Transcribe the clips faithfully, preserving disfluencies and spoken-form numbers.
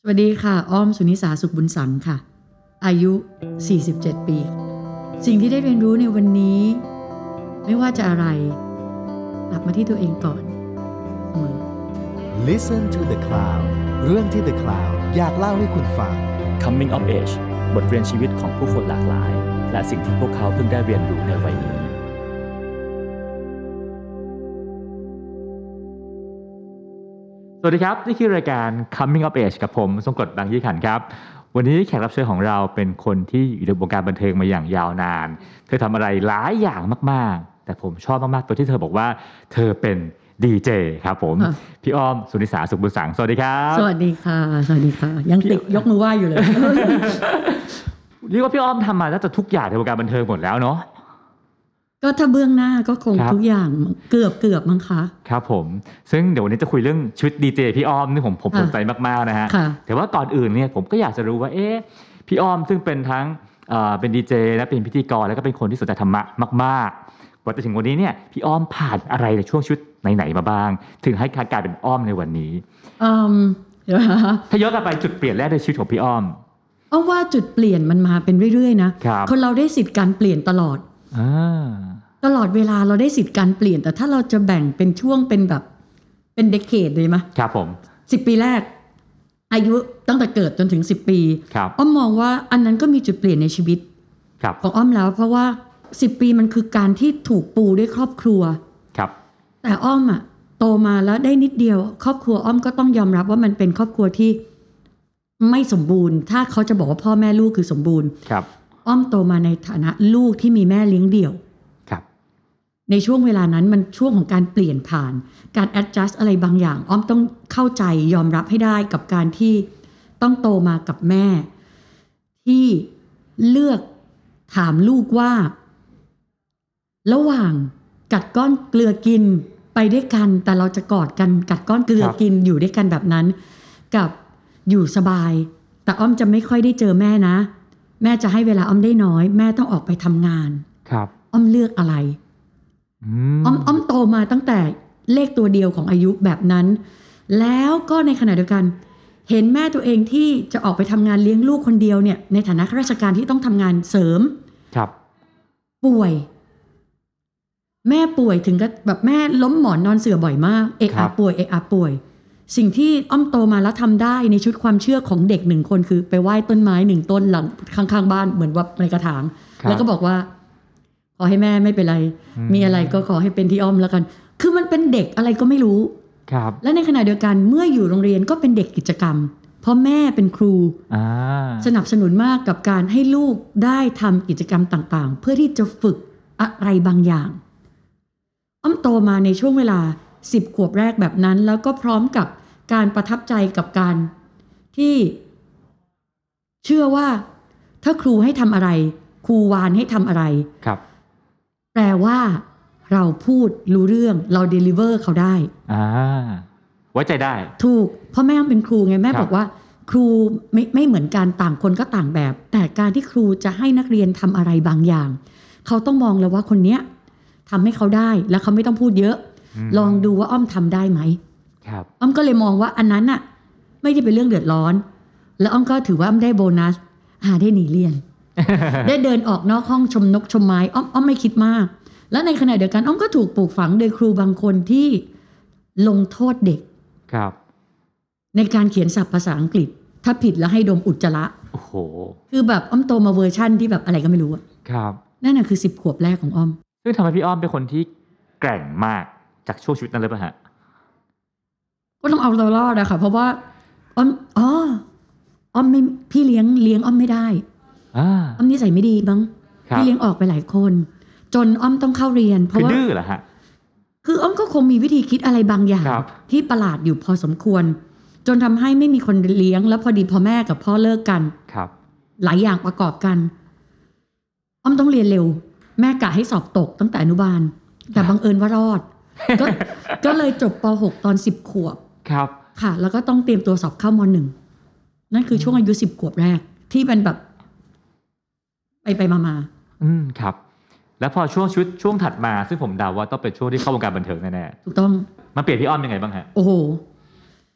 สวัสดีค่ะอ้อมสุนิสาสุขบุญสังค่ะอายุสี่สิบเจ็ดปีสิ่งที่ได้เรียนรู้ในวันนี้ไม่ว่าจะอะไรกลับมาที่ตัวเองก่อนเสมอ Listen to the Cloud เรื่องที่ The Cloud อยากเล่าให้คุณฟัง Coming of Age บทเรียนชีวิตของผู้คนหลากหลายและสิ่งที่พวกเขาเพิ่งได้เรียนรู้ในวัยนี้สวัสดีครับนี่คือรายการ Coming of Age กับผมทรงกรด บางยี่ขันธ์ครับวันนี้แขกรับเชิญของเราเป็นคนที่อยู่ในวงการบันเทิงมาอย่างยาวนานเธอทำอะไรหลายอย่างมากๆแต่ผมชอบมากๆตัวที่เธอบอกว่าเธอเป็นดีเจครับผมพี่อ้อมสุนิสาสุขบุญสังสวัสดีครับสวัสดีค่ะสวัสดีค่ะยังติดยกมือไหว้อยู่เลยเรียกว่าพี่อ้อมทำมาน่าจะทุกอย่างในวงการบันเทิงหมดแล้วเนาะก็ถ้าเบื้องหน้าก็คงทุกอย่างเกือบเกือบมั้งคะครับผมซึ่งเดี๋ยววันนี้จะคุยเรื่องชีวิตดีเจพี่อ้อมนี่ผมผมสนใจมากๆนะฮะแต่ว่าก่อนอื่นเนี่ยผมก็อยากจะรู้ว่าเอ๊ะพี่อ้อมซึ่งเป็นทั้งเอ่อเป็นดีเจและเป็นพิธีกรแล้วก็เป็นคนที่สนใจธรรมะมากๆกว่าจะถึงวันนี้เนี่ยพี่อ้อมผ่านอะไรในช่วงชีวิตไหนๆมาบ้างถึงให้กลายเป็นอ้อมในวันนี้อืมเดี๋ยวนะถ้าย้อนกลับไปจุดเปลี่ยนแรกในชีวิตของพี่อ้อมอ้อมว่าจุดเปลี่ยนมันมาเป็นเรื่อยๆนะคนเราได้สิทธิ์การเปลี่ยนตลอดอ่าตลอดเวลาเราได้สิทธิ์การเปลี่ยนแต่ถ้าเราจะแบ่งเป็นช่วงเป็นแบบเป็นเดเคดเลยมั้ยครับผมสิบปีแรกอายุตั้งแต่เกิดจนถึงสิบปีอ้อมมองว่าอันนั้นก็มีจุดเปลี่ยนในชีวิตของอ้อมแล้วเพราะว่าสิบปีมันคือการที่ถูกปูด้วยครอบครัวครับแต่อ้อมอ่ะโตมาแล้วได้นิดเดียวครอบครัวอ้อมก็ต้องยอมรับว่ามันเป็นครอบครัวที่ไม่สมบูรณ์ถ้าเขาจะบอกว่าพ่อแม่ลูกคือสมบูรณ์ครับอ้อมโตมาในฐานะลูกที่มีแม่เลี้ยงเดี่ยวในช่วงเวลานั้นมันช่วงของการเปลี่ยนผ่านการ adjust อะไรบางอย่างอ้อมต้องเข้าใจยอมรับให้ได้กับการที่ต้องโตมากับแม่ที่เลือกถามลูกว่าระหว่างกัดก้อนเกลือกินไปด้วยกันแต่เราจะกอดกันกัดก้อนเกลือกินอยู่ด้วยกันแบบนั้นกับอยู่สบายแต่อ้อมจะไม่ค่อยได้เจอแม่นะแม่จะให้เวลาอ้อมได้น้อยแม่ต้องออกไปทำงานครับอ้อมเลือกอะไรอ้อมอ้อมโตมาตั้งแต่เลขตัวเดียวของอายุแบบนั้นแล้วก็ในขณะเดียวกันเห็นแม่ตัวเองที่จะออกไปทำงานเลี้ยงลูกคนเดียวเนี่ยในฐานะข้าราชการที่ต้องทำงานเสริมครับป่วยแม่ป่วยถึงกับแบบแม่ล้มหมอนนอนเสื่อบ่อยมากเอะอะป่วยเอะอะป่วยสิ่งที่อ้อมโตมาแล้วทำได้ในชุดความเชื่อของเด็กหนึ่งคนคือไปไหว้ต้นไม้หนึ่งต้นหลังข้างๆบ้านเหมือนว่าในกระถางแล้วก็บอกว่าขอให้แม่ไม่เป็นไรมีอะไรก็ขอให้เป็นที่อ้อมแล้วกันคือมันเป็นเด็กอะไรก็ไม่รู้ครับและในขณะเดียวกันเมื่ออยู่โรงเรียนก็เป็นเด็กกิจกรรมเพราะแม่เป็นครูสนับสนุนมากกับการให้ลูกได้ทำกิจกรรมต่างๆเพื่อที่จะฝึกอะไรบางอย่างอ้อมโตมาในช่วงเวลาสิบขวบแรกแบบนั้นแล้วก็พร้อมกับการประทับใจกับการที่เชื่อว่าถ้าครูให้ทำอะไรครูวานให้ทำอะไรครับแปลว่าเราพูดรู้เรื่องเราเดลิเวอร์เขาได้อ่าไว้ใจได้ถูกเพราะแม่เป็นครูไงแม่บอกว่าครูไม่ไม่เหมือนกันต่างคนก็ต่างแบบแต่การที่ครูจะให้นักเรียนทำอะไรบางอย่างเขาต้องมองแล้วว่าคนเนี้ยทำให้เขาได้แล้วเขาไม่ต้องพูดเยอะลองดูว่าอ้อมทำได้ไหมครับอ้อมก็เลยมองว่าอันนั้นน่ะไม่ได้เป็นเรื่องเดือดร้อนแล้วอ้อมก็ถือว่าอ้อมได้โบนัสหาได้หนีเรียน ได้เดินออกนอกห้องชมนกชมไม้อ้อมอ้อมไม่คิดมากและในขณะเดียวกันอ้อมก็ถูกปลูกฝังโดยครูบางคนที่ลงโทษเด็กครับในการเขียนศัพท์ภาษาอังกฤษถ้าผิดแล้วให้ดมอุจจาระโอ้โหคือแบบอ้อมโตมาเวอร์ชั่นที่แบบอะไรก็ไม่รู้อะครับนั่นน่ะคือสิบขวบแรกของอ้อมซึ่งทำให้พี่อ้อมเป็นคนที่แกร่งมากจากช่วงชีวิตนั้นเลยป่ะฮะก็ต้องเอาตัวรอดอะค่ะเพราะว่าอ้อมอ๋ออ้อมไม่พี่เลี้ยงเลี้ยงอ้อมไม่ได้อ้อมนิสัยไม่ดีบ้างพี่เลี้ยงออกไปหลายคนจนอ้อมต้องเข้าเรียนเพราะว่าดื้อเหรอฮะคืออ้อมก็คงมีวิธีคิดอะไรบางอย่างที่ประหลาดอยู่พอสมควรจนทำให้ไม่มีคนเลี้ยงแล้วพอดีพอแม่กับพ่อเลิกกันครับหลายอย่างประกอบกันอ้อมต้องเรียนเร็วแม่กะให้สอบตกตั้งแต่อนุบาลแต่บังเอิญว่ารอดก็ก็เลยจบป.หก ตอนสิบขวบครับค่ะแล้วก็ต้องเตรียมตัวสอบเข้าม.หนึ่งนั่นคือช่วงอายุสิบขวบแรกที่เป็นแบบไปไปมามาอืมครับแล้วพอช่วงชีวิตช่วงถัดมาซึ่งผมเดาว่าต้องเป็นช่วงที่เข้าวงการบันเทิงแน่ๆถูกต้องมาเปลี่ยนพี่อ้อมยังไงบ้างฮะโอ้โห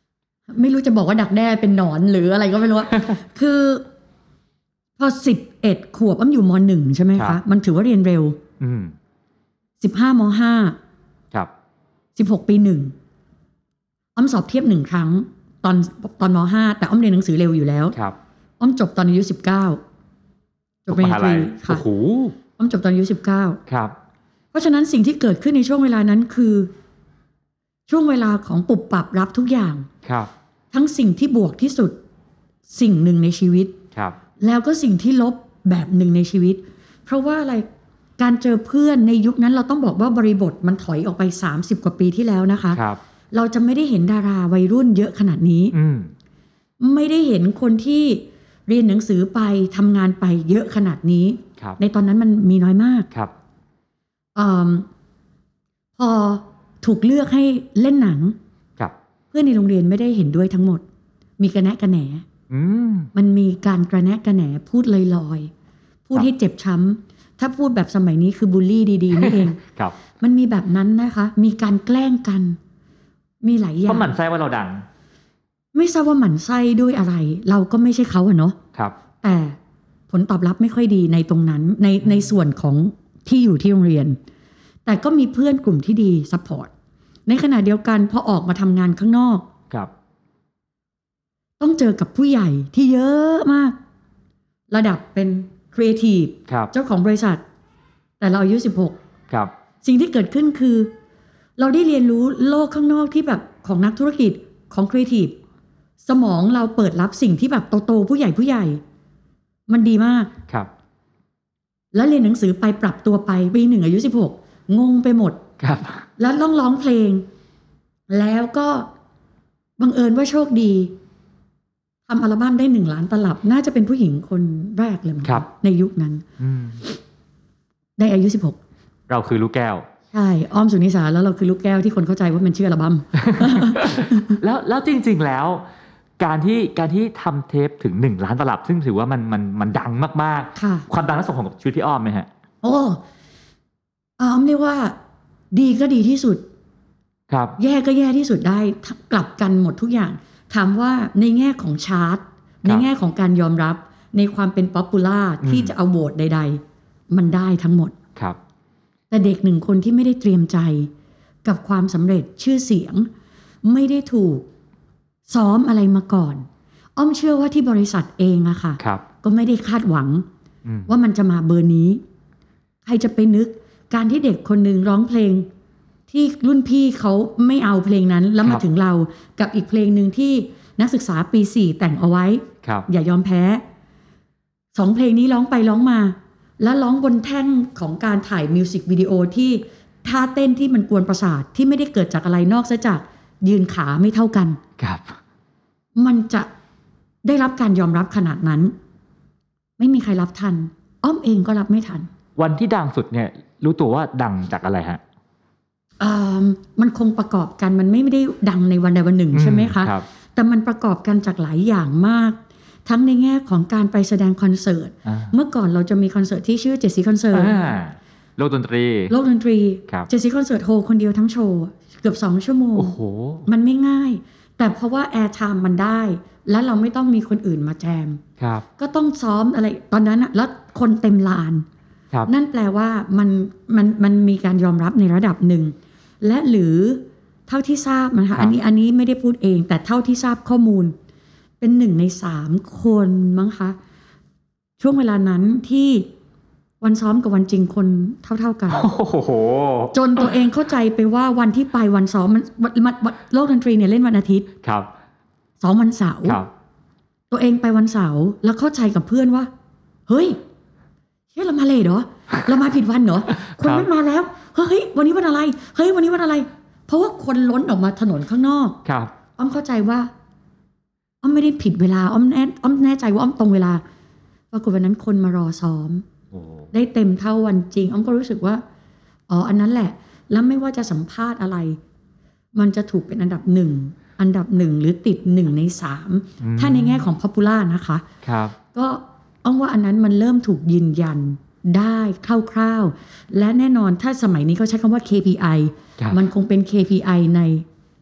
ไม่รู้จะบอกว่าดักแด้เป็นหนอนหรืออะไรก็ไม่รู้ คือพอสิบเอ็ดขวบอ้อมอยู่มหนึ่งใช่ไหมครัคะบมันถือว่าเรียนเร็วอืมสิบห้ามห้าครับสิบหกปีหนึ่งอ้อมสอบเทียบหนึ่งครั้ง ตอนตอนมห้าแต่อ้อมเรียนหนังสือเร็วอยู่แล้วครับอ้อมจบตอนอายุสิบเก้าจบปริญญาตรีโอ้ค่ะโหอ้อมจบตอนอายุสิบเก้าครับเพราะฉะนั้นสิ่งที่เกิดขึ้นในช่วงเวลานั้นคือ ช่วงเวลาของปุบปับรับทุกอย่างครับทั้งสิ่งที่บวกที่สุดสิ่งหนึ่งในชีวิตครับแล้วก็สิ่งที่ลบแบบหนึ่งในชีวิต เพราะว่าอะไรการเจอเพื่อนในยุคนั้นเราต้องบอกว่าบริบทมันถอยออกไปสามสิบกว่าปีที่แล้วนะคะครับเราจะไม่ได้เห็นดาราวัยรุ่นเยอะขนาดนี้อืมไม่ได้เห็นคนที่เรียนหนังสือไปทำงานไปเยอะขนาดนี้ครับในตอนนั้นมันมีน้อยมากครับอมพอถูกเลือกให้เล่นหนังครับเพื่อนในโรงเรียนไม่ได้เห็นด้วยทั้งหมด มีกระแนะกระแหนอืมมันมีการกระแนะกระแหนพูดลอยๆพูดครับให้เจ็บช้ำถ้าพูดแบบสมัยนี้คือบูลลี่ดีๆนี่เองครับมันมีแบบนั้นนะคะ มีการแกล้งกัน มีหลายอย่าเพงราะหมั่นไส้ว่าเราดังไม่ทราบว่าหมั่นไส้ด้วยอะไร เราก็ไม่ใช่เขาอะเนาะครับแต่ผลตอบรับไม่ค่อยดีในตรงนั้นในในส่วนของที่อยู่ที่โรงเรียน แต่ก็มีเพื่อนกลุ่มที่ดีซัพพอร์ตในขณะเดียวกันพอออกมาทำงานข้างนอกครับต้องเจอกับผู้ใหญ่ที่เยอะมาก ระดับเป็นครีเอทีฟครับเจ้าของบริษัท แต่เราอายุสิบหกครับสิ่งที่เกิดขึ้นคือ เราได้เรียนรู้โลกข้างนอกที่แบบของนักธุรกิจของครีเอทีฟสมองเราเปิดรับสิ่งที่แบบโตๆผู้ใหญ่ผู้ใหญ่ มันดีมากครับแล้วเรียนหนังสือไปปรับตัวไปปีหนึ่งอายุสิบหกงงไปหมดครับแล้วต้องร้องเพลง แล้วก็บังเอิญว่าโชคดีทำอัลบั้มได้หนึ่งล้านตลับ น่าจะเป็นผู้หญิงคนแรกเลยมั้งครับในยุคนั้นอืมได้อายุสิบหกเราคือลูกแก้วใช่ อ้อมสุนิสาแล้วเราคือลูกแก้วที่คนเข้าใจว่ามันชื่ออัลบั้มแล้วแล้วจริง ๆ แล้ว การที่การที่ทำเทปถึงหนึ่งล้านตลับ ซึ่งถือว่ามันมันมันดังมากค่ะๆ ความดังนั้นส่งผลกับชีวิตพี่อ้อมไหมฮะโอ้อ้อมเรียกว่า ดีก็ดีที่สุดครับแย่ก็แย่ที่สุดได้กลับกันหมดทุกอย่าง ถามว่าในแง่ของชาร์ตในแง่ของการยอมรับในความเป็นป๊อปปูล่าที่จะเอาโหวตใด ๆ มันได้ทั้งหมดครับแต่เด็กหนึ่งคนที่ไม่ได้เตรียมใจกับความสำเร็จชื่อเสียง ไม่ได้ถูกซ้อมอะไรมาก่อน อ้อมเชื่อว่าที่บริษัทเองอะค่ะครับก็ไม่ได้คาดหวังอืมว่ามันจะมาเบอร์นี้ ใครจะไปนึกการที่เด็กคนหนึ่งร้องเพลง ที่รุ่นพี่เขาไม่เอาเพลงนั้นแล้วมาถึงเรากับอีกเพลงหนึ่งที่นักศึกษาปีสี่แต่งเอาไว้ครับอย่ายอมแพ้สองเพลงนี้ร้องไปร้องมา แล้วร้องบนแท่นของการถ่ายมิวสิกวิดีโอที่ท่าเต้นที่มันกวนประสาทที่ไม่ได้เกิดจากอะไรนอกจากยืนขาไม่เท่ากันครับมันจะได้รับการยอมรับขนาดนั้น ไม่มีใครรับทัน อ้อมเองก็รับไม่ทันวันที่ดังสุดเนี่ย รู้ตัวว่าดังจากอะไรฮะอ่ามันคงประกอบกันมันไม่ได้ดังในวันใดวันหนึ่งใช่ไหมคะครับแต่มันประกอบกันจากหลายอย่างมาก ทั้งในแง่ของการไปแสดงคอนเสิร์ตอ่าเมื่อก่อนเราจะมีคอนเสิร์ตที่ชื่อเจสซี่คอนเสิร์ตอ่าโลกดนตรีโลกดนตรีครับเจสซี่คอนเสิร์ตโฮคนเดียวทั้งโชว์เกือบสองชั่วโมงโอ้โหมันไม่ง่าย แต่เพราะว่าแอร์ไทม์มันได้ และเราไม่ต้องมีคนอื่นมาแจมครับก็ต้องซ้อมอะไรตอนนั้นอะแล้วคนเต็มลานครับนั่นแปลว่ามันมันมันมีการยอมรับในระดับหนึ่ง และหรือเท่าที่ทราบนะครัคะบอันนี้อันนี้ไม่ได้พูดเอง แต่เท่าที่ทราบข้อมูล เป็นหนึ่งในสามคนมั้งคะ ช่วงเวลานั้นที่วันซ้อมกับวันจริงคนเท่าๆกันโอ้โหจนตัวเองเข้าใจไปว่าวันที่ไปวันซ้อมมันวันวันวันโลกดนตรีเนี่ยเล่นวันอาทิตย์ครับซ้อมวันเสาร์ครับตัวเองไปวันเสาร์แล้วเข้าใจกับเพื่อนว่า เฮ้ยเฮ้ยเรามาเลทเหรอ เรามาผิดวันเหรอ คนไม่มาแล้ว เฮ้ยวันนี้วันอะไร เฮ้ยวันนี้วันอะไร เพราะว่าคนล้นออกมาถนนข้างนอกครับอ้อมเข้าใจว่าอ้อมไม่ได้ผิดเวลาอ้อมแน่อ้อมแน่ใจว่าอ้อมตรงเวลาปรากฏวันนั้นคนมารอซ้อมโอ้ได้เต็มเท่าวันจริงอ้อมก็รู้สึกว่าอ๋ออันนั้นแหละ แล้วไม่ว่าจะสัมภาษณ์อะไร มันจะถูกเป็นอันดับหนึ่งอันดับหนึ่งหรือติดหนึ่งในสามถ้าในแง่ของ popular นะคะครับก็อ้อมว่าอันนั้นมันเริ่มถูกยืนยันได้คร่าวๆและแน่นอนถ้าสมัยนี้เขาใช้คำว่า เค พี ไอครับมันคงเป็น เค พี ไอ ใน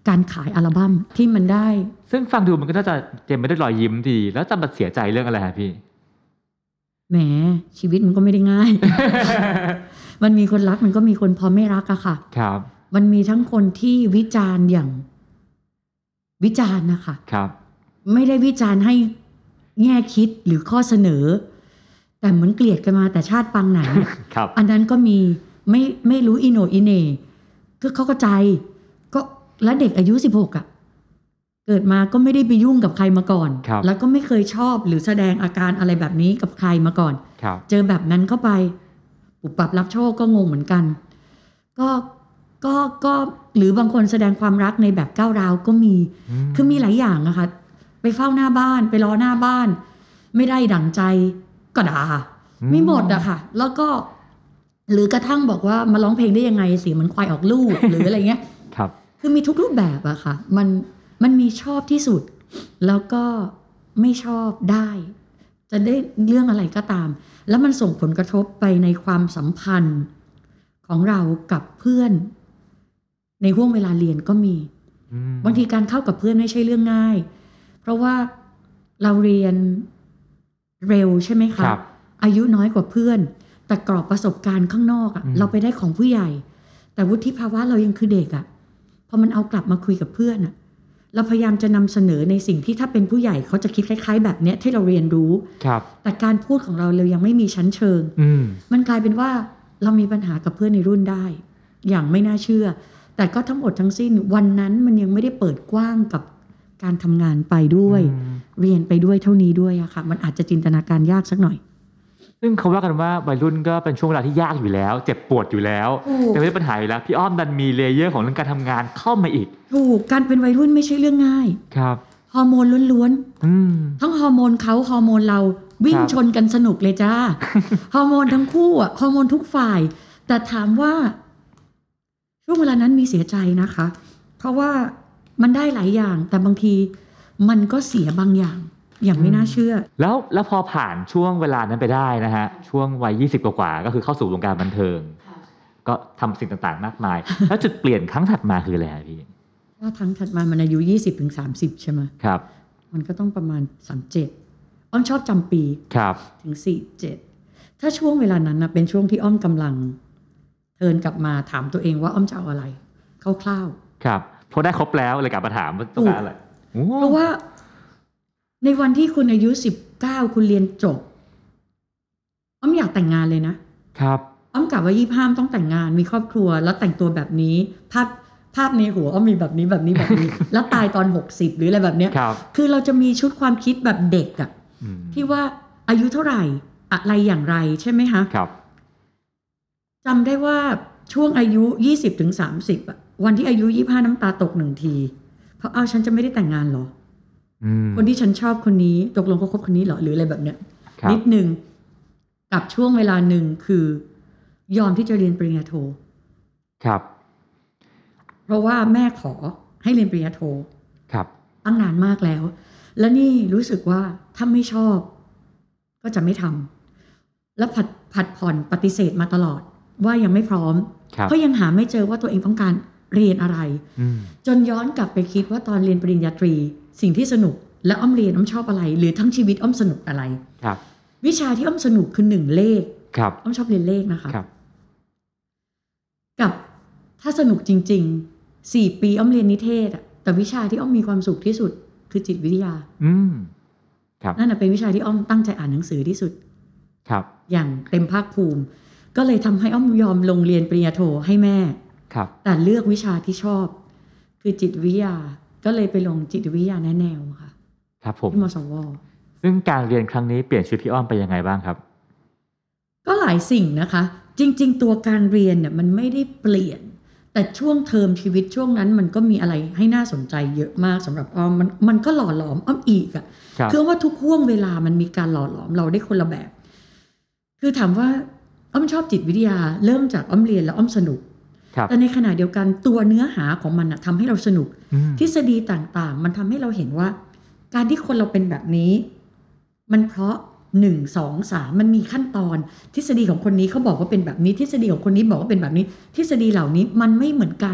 การขายอัลบั้มที่มันได้ซึ่งฟังดูมันก็น่าจะเต็มไปด้วยรอยยิ้มดีแล้วจะมาเสียใจเรื่องอะไรฮะพี่แหมชีวิตมันก็ไม่ได้ง่าย มันมีคนรักมันก็มีคนพร้อมไม่รักอะค่ะครับมันมีทั้งคนที่วิจารณ์อย่างวิจารณ์นะคะครับไม่ได้วิจารณ์ให้แง่คิดหรือข้อเสนอ แต่เหมือนเกลียดกันมาแต่ชาติปางไหนครับอันนั้นก็มีไม่ไม่รู้อิโหนอิเหน่คือเขาก็ใจก็และเด็กอายุสิบหกอ่ะเกิดมาก็ไม่ได้ไปยุ่งกับใครมาก่อนครับแล้วก็ไม่เคยชอบหรือแสดงอาการอะไรแบบนี้กับใครมาก่อนครับเจอแบบนั้นเข้าไปปุบปับรับโชคก็งงเหมือนกัน ก็ก็ก็หรือบางคนแสดงความรักในแบบก้าวร้าวก็มีมคือมีหลายอย่างอะค่ะไปเฝ้าหน้าบ้านไปรอหน้าบ้าน ไม่ได้ดั่งใจก็ด่าอืมไม่หมดอะค่ะ แล้วก็ หรือกระทั่งบอกว่ามาร้องเพลงได้ยังไงเสียงเหมันควายออกลูก หรืออะไรเงี้ยครับคือมีทุกรูปแบบอะค่ะ มันมันมีชอบที่สุด แล้วก็ไม่ชอบได้ จะได้เรื่องอะไรก็ตาม แล้วมันส่งผลกระทบไปในความสัมพันธ์ของเรากับเพื่อน ในห่วงเวลาเรียนก็มีอืมบางทีการเข้ากับเพื่อนไม่ใช่เรื่องง่าย เพราะว่าเราเรียนเร็วใช่ไหมคะครับอายุน้อยกว่าเพื่อน แต่กรอบประสบการณ์ข้างนอกอะอืมเราไปได้ของผู้ใหญ่ แต่วุฒิภาวะเรายังคือเด็กอะพอมันเอากลับมาคุยกับเพื่อนอะเราพยายามจะนำเสนอในสิ่งที่ถ้าเป็นผู้ใหญ่เขาจะคิดคล้าย ๆ แบบเนี้ยที่เราเรียนรู้ครับแต่การพูดของเราเรายังไม่มีชั้นเชิงอืมมันกลายเป็นว่าเรามีปัญหากับเพื่อนในรุ่นได้ อย่างไม่น่าเชื่อ แต่ก็ทั้งหมดทั้งสิ้นวันนั้นมันยังไม่ได้เปิดกว้างกับการทำงานไปด้วยอืมเรียนไปด้วยเท่านี้ด้วยอะค่ะ มันอาจจะจินตนาการยากสักหน่อยซึ่งเขาว่ากันว่าวัยรุ่นก็เป็นช่วงเวลาที่ยากอยู่แล้ว เจ็บปวดอยู่แล้วถูกแต่ไม่ได้ปัญหาอยู่แล้วพี่อ้อมดันมีเลเยอร์ของเรื่องการทำงานเข้ามาอีกถูกการเป็นวัยรุ่นไม่ใช่เรื่องง่ายครับฮอร์โมนล้วนอืมๆทั้งฮอร์โมนเขาฮอร์โมนเราวิ่งครับชนกันสนุกเลย จ้า ฮอร์โมนทั้งคู่อะฮอร์โมนทุกฝ่าย แต่ถามว่าช่วงเวลานั้นมีเสียใจนะคะ เพราะว่ามันได้หลายอย่าง แต่บางทีมันก็เสียบางอย่าง อย่างไม่น่าเชื่อแล้วแล้วพอผ่านช่วงเวลานั้นไปได้นะฮะช่วงวัยยี่สิบกว่าๆก็คือเข้าสู่วงการบันเทิง ก็ทำสิ่งต่างๆมากมาย แล้วจุดเปลี่ยนครั้งถัดมาคืออะไรฮะพี่ถ้าทั้งถัดมามันอายุยี่สิบถึงสามสิบใช่ไหมครับมันก็ต้องประมาณสามเจ็ดอ้อมชอบจำปีครับถึงสี่เจ็ดถ้าช่วงเวลานั้นนะเป็นช่วงที่อ้อมกำลังเทิร์นกลับมาถามตัวเองว่าอ้อมจะเอาอะไรคร่าวครับพอได้ครบแล้วเลยกลับมาถามว่าต้องการอะไรโอ้ๆเพราะว่าในวันที่คุณอายุสิบเก้าคุณเรียนจบอ้อมอยากแต่งงานเลยนะครับ อ้อมกะว่ายี่ห้ามต้องแต่งงานมีครอบครัวแล้วแต่งตัวแบบนี้ภาพภาพในหัวอ้อมมีแบบนี้แบบนี้แบบนี้ แล้วตายตอนหกสิบหรืออะไรแบบเนี้ยครับคือเราจะมีชุดความคิดแบบเด็กอะอืมที่ว่าอายุเท่าไหร่อะไรอย่างไรใช่ไหมคะครับจำได้ว่าช่วงอายุยี่สิบถึงสามสิบอะวันที่อายุยี่ห้าน้ำตาตกหนึ่งทีเพราะเอาฉันจะไม่ได้แต่งงานเหรออืมคนที่ฉันชอบคนนี้ตกลงเขาคบคนนี้เหรอหรืออะไรแบบเนี้ยครับนิดนึงกับช่วงเวลาหนึ่งคือยอมที่จะเรียนปริญญาโทครับเพราะว่าแม่ขอให้เรียนปริญญาโทครับตั้งนานมากแล้ว แล้วนี่รู้สึกว่าถ้าไม่ชอบก็จะไม่ทำแล้วผัดผัดผ่อนปฏิเสธมาตลอดว่ายังไม่พร้อมครับเพราะยังหาไม่เจอว่าตัวเองต้องการเรียนอะไรอืมจนย้อนกลับไปคิดว่าตอนเรียนปริญญาตรีสิ่งที่สนุกและอ้อมเรียนอ้อมชอบอะไร หรือทั้งชีวิตอ้อมสนุกอะไรครับวิชาที่อ้อมสนุกคือหนึ่งเลขครับอ้อมชอบเรียนเลขนะคะครับกับถ้าสนุกจริงๆสี่ปีอ้อมเรียนนิเทศอะแต่วิชาที่อ้อมมีความสุขที่สุดคือจิตวิทยาอืม ครับนั่นนะเป็นวิชาที่อ้อมตั้งใจอ่านหนังสือที่สุดครับอย่างเต็มภาคภูมิ ก็เลยทำให้อ้อมยอมลงเรียนปริญญาโทให้แม่ครับแต่เลือกวิชาที่ชอบ คือจิตวิทยาก็เลยไปลงจิตวิทยาแนแนวค่ะครับผมที่มศวซึ่งการเรียนครั้งนี้เปลี่ยนชีวิตพี่อ้อมไปยังไงบ้างครับก็หลายสิ่งนะคะ จริง ๆ ตัวการเรียนเนี่ยมันไม่ได้เปลี่ยน แต่ช่วงเทอมชีวิตช่วงนั้นมันก็มีอะไรให้น่าสนใจเยอะมากสำหรับอ้อมมันมันก็หล่อหลอมอ้อมอีกอะครับคือว่าทุกห่วงเวลามันมีการหล่อหลอมเราได้คนละแบบ คือถามว่าอ้อมชอบจิตวิทยาเริ่มจากอ้อมเรียนแล้วอ้อมสนุกครับแต่ในขณะเดียวกันตัวเนื้อหาของมันอะทำให้เราสนุกอืมทฤษฎีต่างๆ มันทำให้เราเห็นว่า การที่คนเราเป็นแบบนี้ มันเพราะหนึ่งสองสามมันมีขั้นตอน ทฤษฎีของคนนี้เขาบอกว่าเป็นแบบนี้ ทฤษฎีของคนนี้บอกว่าเป็นแบบนี้ ทฤษฎีเหล่านี้มันไม่เหมือนกัน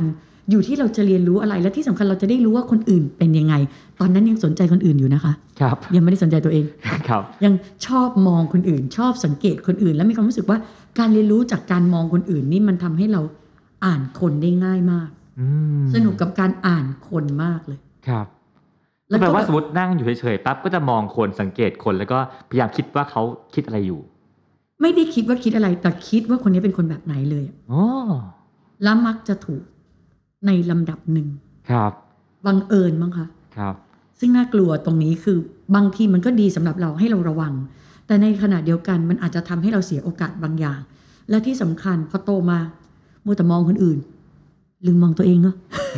อยู่ที่เราจะเรียนรู้อะไรและที่สำคัญเราจะได้รู้ว่าคนอื่นเป็นยังไงตอนนั้นยังสนใจคนอื่นอยู่นะคะครับยังไม่ได้สนใจตัวเองครับยังชอบมองคนอื่นชอบสังเกตคนอื่นแล้วมีความรู้สึกว่าการเรียนรู้จากการมองคนอื่นนี่มันทำให้เราอ่านคนได้ง่ายมากสนุกกับการอ่านคนมากเลยครับแล้วแปลว่าสมมตินั่งอยู่เฉยๆปั๊บก็จะมองคนสังเกตคนแล้วก็พยายามคิดว่าเขาคิดอะไรอยู่ไม่ได้คิดว่าคิดอะไรแต่คิดว่าคนนี้เป็นคนแบบไหนเลยอ๋อแล้วมักจะถูกในลำดับหนึ่งครับบังเอิญมั้งคะครับซึ่งน่ากลัวตรงนี้คือบางทีมันก็ดีสำหรับเราให้เราระวังแต่ในขณะเดียวกันมันอาจจะทำให้เราเสียโอกาสบางอย่างและที่สำคัญพอโตมามัวแต่มองคนอื่นลืมมองตัวเองเนาะ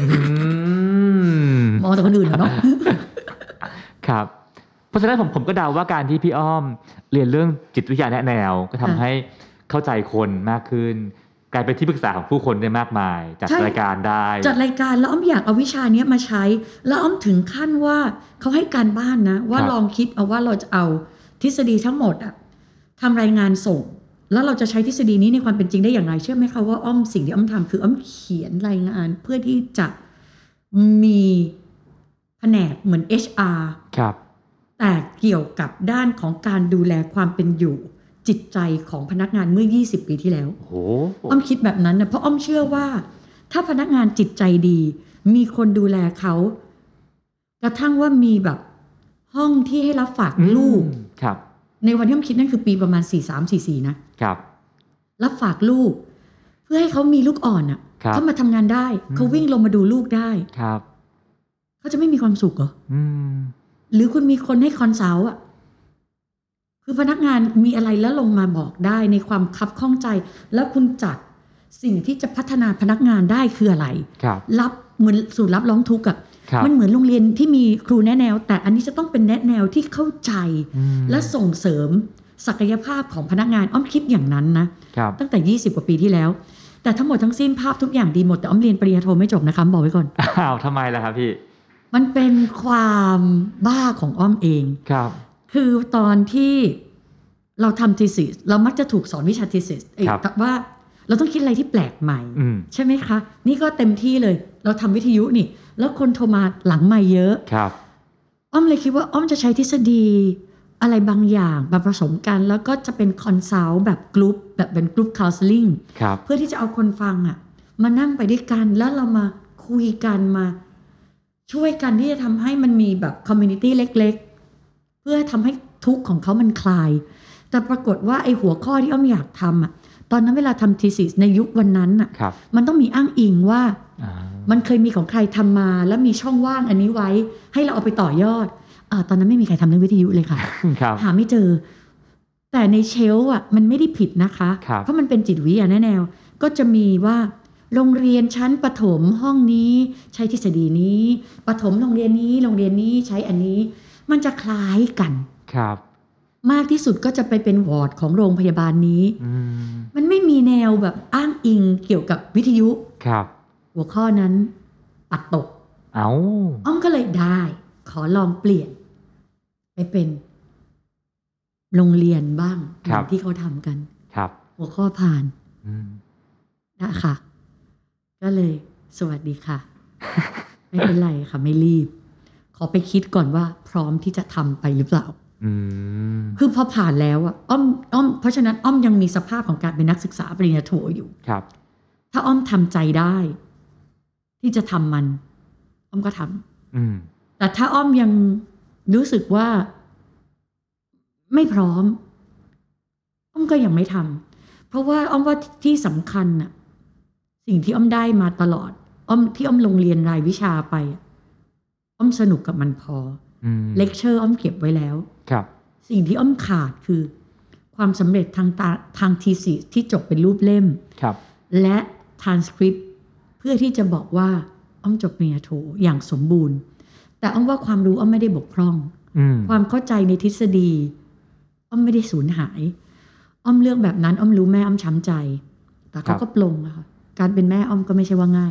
มองแต่คนอื่นเนาะครับเพราะฉะนั้นผมผมก็เดาว่าการที่พี่อ้อมเรียนเรื่องจิตวิทยาแนะแนวก็ทำให้เข้าใจคนมากขึ้นกลายเป็นที่ปรึกษาของผู้คนได้มากมายจัดรายการได้จัดรายการแล้วอ้อมอยากเอาวิชานี้มาใช้แล้วอ้อมถึงขั้นว่าเขาให้การบ้านนะว่าลองคิดเอาว่าเราจะเอาทฤษฎีทั้งหมดอะทำรายงานส่งแล้วเราจะใช้ทฤษฎีนี้ในความเป็นจริงได้อย่างไรเชื่อไหมคะว่าอ้อมสิ่งที่อ้อมทำคืออ้อมเขียนรายงานเพื่อที่จะมีแผนกเหมือน เอช อาร์ครับแต่เกี่ยวกับด้านของการดูแลความเป็นอยู่จิตใจของพนักงานเมื่อยี่สิบปีที่แล้วอ้อมคิดแบบนั้นนะเพราะอ้อมเชื่อว่าถ้าพนักงานจิตใจดีมีคนดูแลเขากระทั่งว่ามีแบบห้องที่ให้รับฝากลูกครับในวันที่อ้อมคิดนั่นคือปีประมาณสี่สาม สี่สี่นะครับรับฝากลูกเพื่อให้เขามีลูกอ่อนอ่ะเขามาทำงานได้เขาวิ่งลงมาดูลูกได้ครับเขาจะไม่มีความสุขเหรอหรือคุณมีคนให้คอนซัลท์อ่ะคือพนักงานมีอะไรแล้วลงมาบอกได้ในความคับข้องใจแล้วคุณจัดสิ่งที่จะพัฒนาพนักงานได้คืออะไรครับรับเหมือนสูตรรับร้องทุกข์อ่ะมันเหมือนโรงเรียนที่มีครูแนะแนวแต่อันนี้จะต้องเป็นแนะแนวที่เข้าใจและส่งเสริมศักยภาพของพนักงานอ้อมคิดอย่างนั้นนะตั้งแต่ยี่สิบกว่าปีที่แล้วแต่ทั้งหมดทั้งสิ้นภาพทุกอย่างดีหมดแต่อ้อมเรียนปริญญาโทไม่จบนะคะบอกไว้ก่อนอ้าวทำไมล่ะครับพี่มันเป็นความบ้าของอ้อมเองครับคือตอนที่เราทำ thesis เรามักจะถูกสอนวิชา thesis ว่าเราต้องคิดอะไรที่แปลกใหม่ใช่ไหมคะนี่ก็เต็มที่เลยเราทำวิทยุนี่แล้วคนโทรมาหลังไม่เยอะครับอ้อมเลยคิดว่าอ้อมจะใช้ทฤษฎีอะไรบางอย่างมาผสมกันแล้วก็จะเป็นคอนซัลท์แบบกรุ๊ปแบบเป็นกรุ๊ปคาวน์เซลลิ่งเพื่อที่จะเอาคนฟังอ่ะมานั่งไปด้วยกันแล้วเรามาคุยกันมาช่วยกันที่จะทำให้มันมีแบบคอมมูนิตี้เล็กๆเพื่อทำให้ทุกข์ของเขามันคลายแต่ปรากฏว่าไอ้หัวข้อที่อ้อมอยากทำอ่ะตอนนั้นเวลาทำทีสิสในยุควันนั้นอ่ะมันต้องมีอ้างอิงว่ามันเคยมีของใครทำมาแล้วมีช่องว่างอันนี้ไว้ให้เราเอาไปต่อยอดอ่าตอนนั้นไม่มีใครทำเรื่องวิทยุเลยค่ะหาไม่เจอแต่ในเชลฟ์อ่ะมันไม่ได้ผิดนะคะเพราะมันเป็นจิตวิทยาแนวก็จะมีว่าโรงเรียนชั้นประถมห้องนี้ใช้ทฤษฎีนี้ประถมโรงเรียนนี้โรงเรียนนี้ใช้อันนี้มันจะคล้ายกันครับมากที่สุดก็จะไปเป็นวอร์ดของโรงพยาบาลนี้มันไม่มีแนวแบบอ้างอิงเกี่ยวกับวิทยุครับหัวข้อนั้นปัดตกเอาอ้อมก็เลยได้ขอลองเปลี่ยนไปเป็นโรงเรียนบ้างอย่างที่เขาทำกันครับหัวข้อผ่านนะคะก็เลยสวัสดีค่ะ ไม่เป็นไรค่ะไม่รีบขอไปคิดก่อนว่าพร้อมที่จะทำไปหรือเปล่าคือพอผ่านแล้วอะอ้อมอ้อมเพราะฉะนั้นอ้อมยังมีสภาพของการเป็นนักศึกษาปริญญาโทอยู่ครับถ้าอ้อมทำใจได้ที่จะทำมันอ้อมก็ทำแต่ถ้าอ้อมยังรู้สึกว่าไม่พร้อมอ้อมก็ยังไม่ทำเพราะว่าอ้อมว่าที่สำคัญน่ะสิ่งที่อ้อมได้มาตลอดอ้อมที่อ้อมลงเรียนรายวิชาไปอ้อมสนุกกับมันพอเลคเชอร์อ้อมเก็บไว้แล้วครับสิ่งที่อ้อมขาดคือความสำเร็จทางทางทีสิสที่จบเป็นรูปเล่มครับและทรานสคริปต์เพื่อที่จะบอกว่าอ้อมจบปริญญาโทอย่างสมบูรณ์แต่อ้อมว่าความรู้อ้อมไม่ได้บกพร่องความเข้าใจในทฤษฎีอ้อมไม่ได้สูญหายอ้อมเลือกแบบนั้นอ้อมรู้แม่อ้อมช้ำใจแต่เขาก็ปลงนะคะการเป็นแม่อ้อมก็ไม่ใช่ว่าง่าย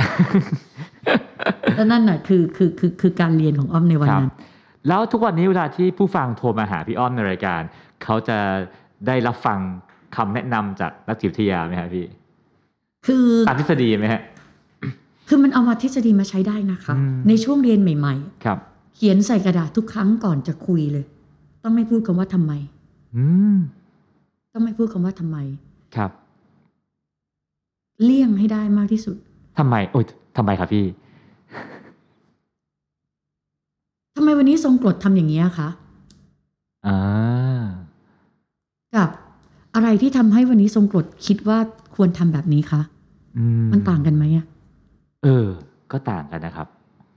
แล้วนั่นน่ะคือคือคือคือการเรียนของอ้อมในวันนั้นแล้วทุกวันนี้เวลาที่ผู้ฟังโทรมาหาพี่อ้อมในรายการเขาจะได้รับฟังคำแนะนำจากนักจิตวิทยาไหมครับพี่คือตามทฤษฎีไหมฮะคือมันเอามาทฤษฎีมาใช้ได้นะคะอืมในช่วงเรียนใหม่ๆครับเขียนใส่กระดาษทุกครั้งก่อนจะคุยเลย ต้องไม่พูดคำว่าทำไมอืมต้องไม่พูดคำว่าทำไมครับเลี่ยงให้ได้มากที่สุดทำไมโอ้ยทำไมครับพี่ทำไมวันนี้ทรงกรดทำอย่างนี้ยคะอ่ากับอะไรที่ทำให้วันนี้ทรงกรดคิดว่าควรทำแบบนี้คะอืมันต่างกันไหมอะเออ ก็ต่างกันนะครับ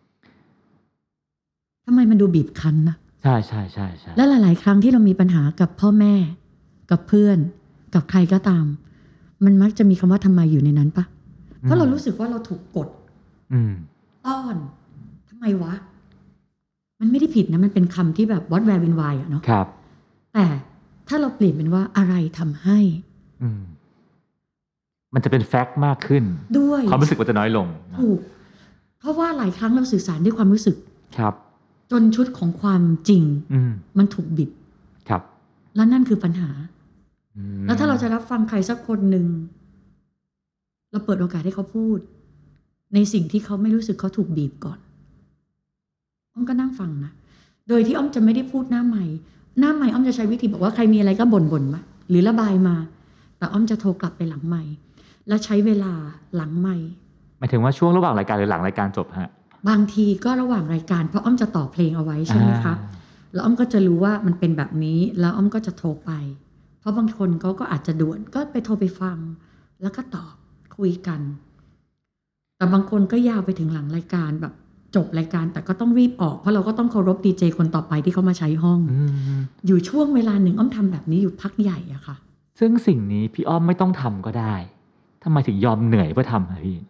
ทำไมมันดูบีบคั้นนะใช่ใช่ใช่ใช่และหลาย ๆ ครั้งที่เรามีปัญหากับพ่อแม่ กับเพื่อน กับใครก็ตาม มันมักจะมีคำว่าทำไมอยู่ในนั้นปะเพราะเรารู้สึกว่าเราถูกกดอืมต้อนทำไมวะ มันไม่ได้ผิดนะ มันเป็นคำที่แบบ what where when why อะเนาะครับแต่ถ้าเราเปลี่ยนเป็นว่าอะไรทำให้อืม มันจะเป็นแฟกต์มากขึ้นด้วยความรู้สึกมันจะน้อยลงถูก เพราะว่าหลายครั้งเราสื่อสารด้วยความรู้สึกครับจนชุดของความจริงอืมมันถูกบิดครับและนั่นคือปัญหาอืมแล้วถ้าเราจะรับฟังใครสักคนหนึ่ง เราเปิดโอกาสให้เขาพูด ในสิ่งที่เขาไม่รู้สึกเขาถูกบีบก่อน อ้อมก็นั่งฟังนะ โดยที่อ้อมจะไม่ได้พูดหน้าใหม่ หน้าใหม่อ้อมจะใช้วิธีบอกว่าใครมีอะไรก็บ่นบ่นมาหรือระบายมา แต่อ้อมจะโทรกลับไปหลังใหม่ และใช้เวลาหลังใหม่หมายถึงว่าช่วงระหว่างรายการหรือหลังรายการจบฮะบางทีก็ระหว่างรายการเพราะอ้อมจะต่อเพลงเอาไว้ใช่ไหมคะอ่าแล้วอ้อมก็จะรู้ว่ามันเป็นแบบนี้ แล้วอ้อมก็จะโทรไป เพราะบางคนเขาก็อาจจะด่วนก็ไปโทรไปฟัง แล้วก็ตอบคุยกัน แต่บางคนก็ยาวไปถึงหลังรายการแบบจบรายการ แต่ก็ต้องรีบออกเพราะเราก็ต้องเคารพดีเจคนต่อไปที่เขามาใช้ห้องอืมอยู่ช่วงเวลาหนึ่งอ้อมทำแบบนี้อยู่พักใหญ่อะค่ะซึ่งสิ่งนี้พี่อ้อมไม่ต้องทำก็ได้ทำไมถึงยอมเหนื่อยเพื่อทำอะพี่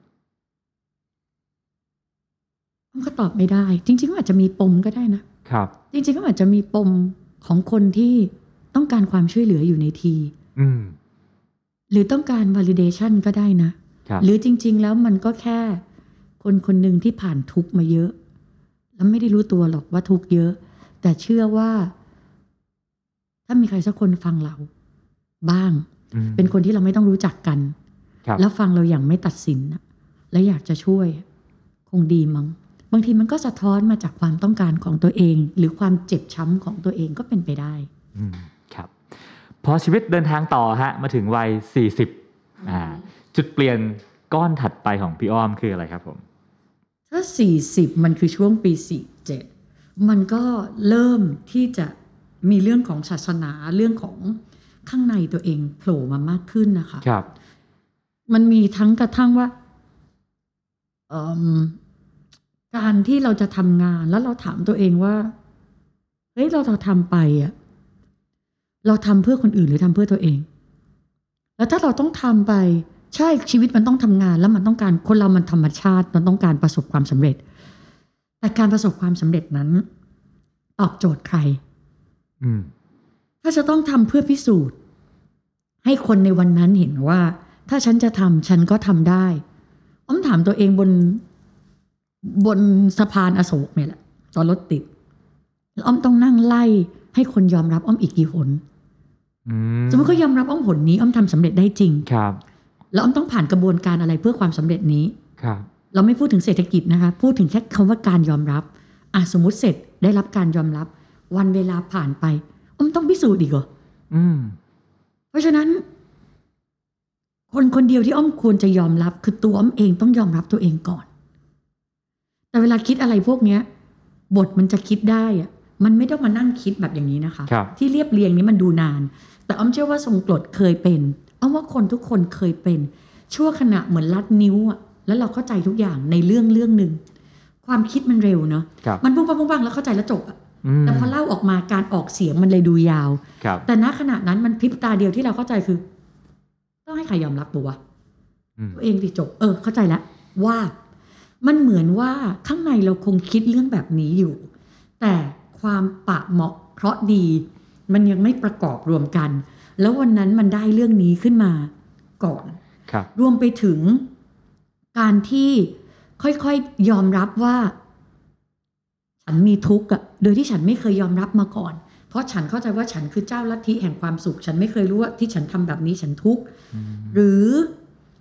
อ้อมก็ตอบไม่ได้ จริงๆก็อาจจะมีปมก็ได้นะครับจริงๆก็อาจจะมีปมของคนที่ต้องการความช่วยเหลืออยู่ในทีอืมหรือต้องการ validation ก็ได้นะครับหรือจริง ๆ แล้วมันก็แค่คนคนหนึ่งที่ผ่านทุกข์มาเยอะ แล้วไม่ได้รู้ตัวหรอกว่าทุกข์เยอะ แต่เชื่อว่า ถ้ามีใครสักคนฟังเรา บ้างอืมเป็นคนที่เราไม่ต้องรู้จักกันครับแล้วฟังเราอย่างไม่ตัดสินนะและอยากจะช่วย คงดีมั้งบางทีมันก็สะท้อนมาจากความต้องการของตัวเอง หรือความเจ็บช้ำของตัวเองก็เป็นไปได้อืม ครับ พอชีวิตเดินทางต่อฮะ มาถึงวัยสี่สิบอ่า จุดเปลี่ยนก้อนถัดไปของพี่อ้อมคืออะไรครับผมถ้าสี่สิบมันคือช่วงปีสี่เจ็ดมันก็เริ่มที่จะมีเรื่องของศาสนาเรื่องของข้างในตัวเองโผล่มามากขึ้นนะคะครับมันมีทั้งกระทั่งว่าเอิ่มการที่เราจะทำงานแล้วเราถามตัวเองว่าเฮ้ยเราเราทำไปอะเราทำเพื่อคนอื่นหรือทำเพื่อตัวเอง แล้วถ้าเราต้องทำไปใช่ชีวิตมันต้องทำงานแล้วมันต้องการคนเรามันธรรมชาติมันต้องการประสบความสำเร็จ แต่การประสบความสำเร็จนั้นตอบโจทย์ใครอืมถ้าจะต้องทำเพื่อพิสูจน์ ให้คนในวันนั้นเห็นว่า ถ้าฉันจะทำฉันก็ทำได้อ้อมถามตัวเองบนบนสะพานอโศกเนี่ยแหละตอนรถติดแล้วอ้อมต้องนั่งไล่ให้คนยอมรับอ้อมอีกกี่หนอืมสมมติเขายอมรับอ้อมหนนี้อ้อมทำสำเร็จได้จริงครับแล้วอ้อมต้องผ่านกระบวนการอะไรเพื่อความสำเร็จนี้ครับเราไม่พูดถึงเศรษฐกิจนะคะ พูดถึงแค่คำว่าการยอมรับอ่ะสมมุติเสร็จได้รับการยอมรับ วันเวลาผ่านไปอ้อมต้องพิสูจน์อีกเหรออืมเพราะฉะนั้น คนคนเดียวที่อ้อมควรจะยอมรับ คือตัวอ้อมเองต้องยอมรับตัวเองก่อน แต่เวลาคิดอะไรพวกเนี้ย บทมันจะคิดได้อะมันไม่ต้องมานั่งคิดแบบอย่างนี้นะคะครับที่เรียบเรียงนี้มันดูนาน แต่อ้อมเชื่อว่าทรงกรดเคยเป็นอ้อมว่าคนทุกคนเคยเป็น ชั่วขณะเหมือนลัดนิ้วอะแล้วเราเข้าใจทุกอย่างในเรื่องเรื่องหนึ่งความคิดมันเร็วเนาะครับมันปุ้งปังปุ้งปังแล้วเข้าใจแล้วจบอะอืมแต่พอเล่าออกมาการออกเสียงมันเลยดูยาวครับแต่ณขณะนั้นมันพริบตาเดียวที่เราเข้าใจคือ ต้องให้ใครยอมรับตัววะอืมตัวเองที่จบ เออ เข้าใจแล้วว่ามันเหมือนว่าข้างในเราคงคิดเรื่องแบบนี้อยู่ แต่ความปะเหมาะเคราะห์ดี มันยังไม่ประกอบรวมกัน แล้ววันนั้นมันได้เรื่องนี้ขึ้นมาก่อนครับรวมไปถึงการที่ค่อยๆยอมรับว่า ฉันมีทุกข์อะโดยที่ฉันไม่เคยยอมรับมาก่อน เพราะฉันเข้าใจว่าฉันคือเจ้าลัทธิแห่งความสุข ฉันไม่เคยรู้ว่าที่ฉันทำแบบนี้ฉันทุกข์อืมหรือ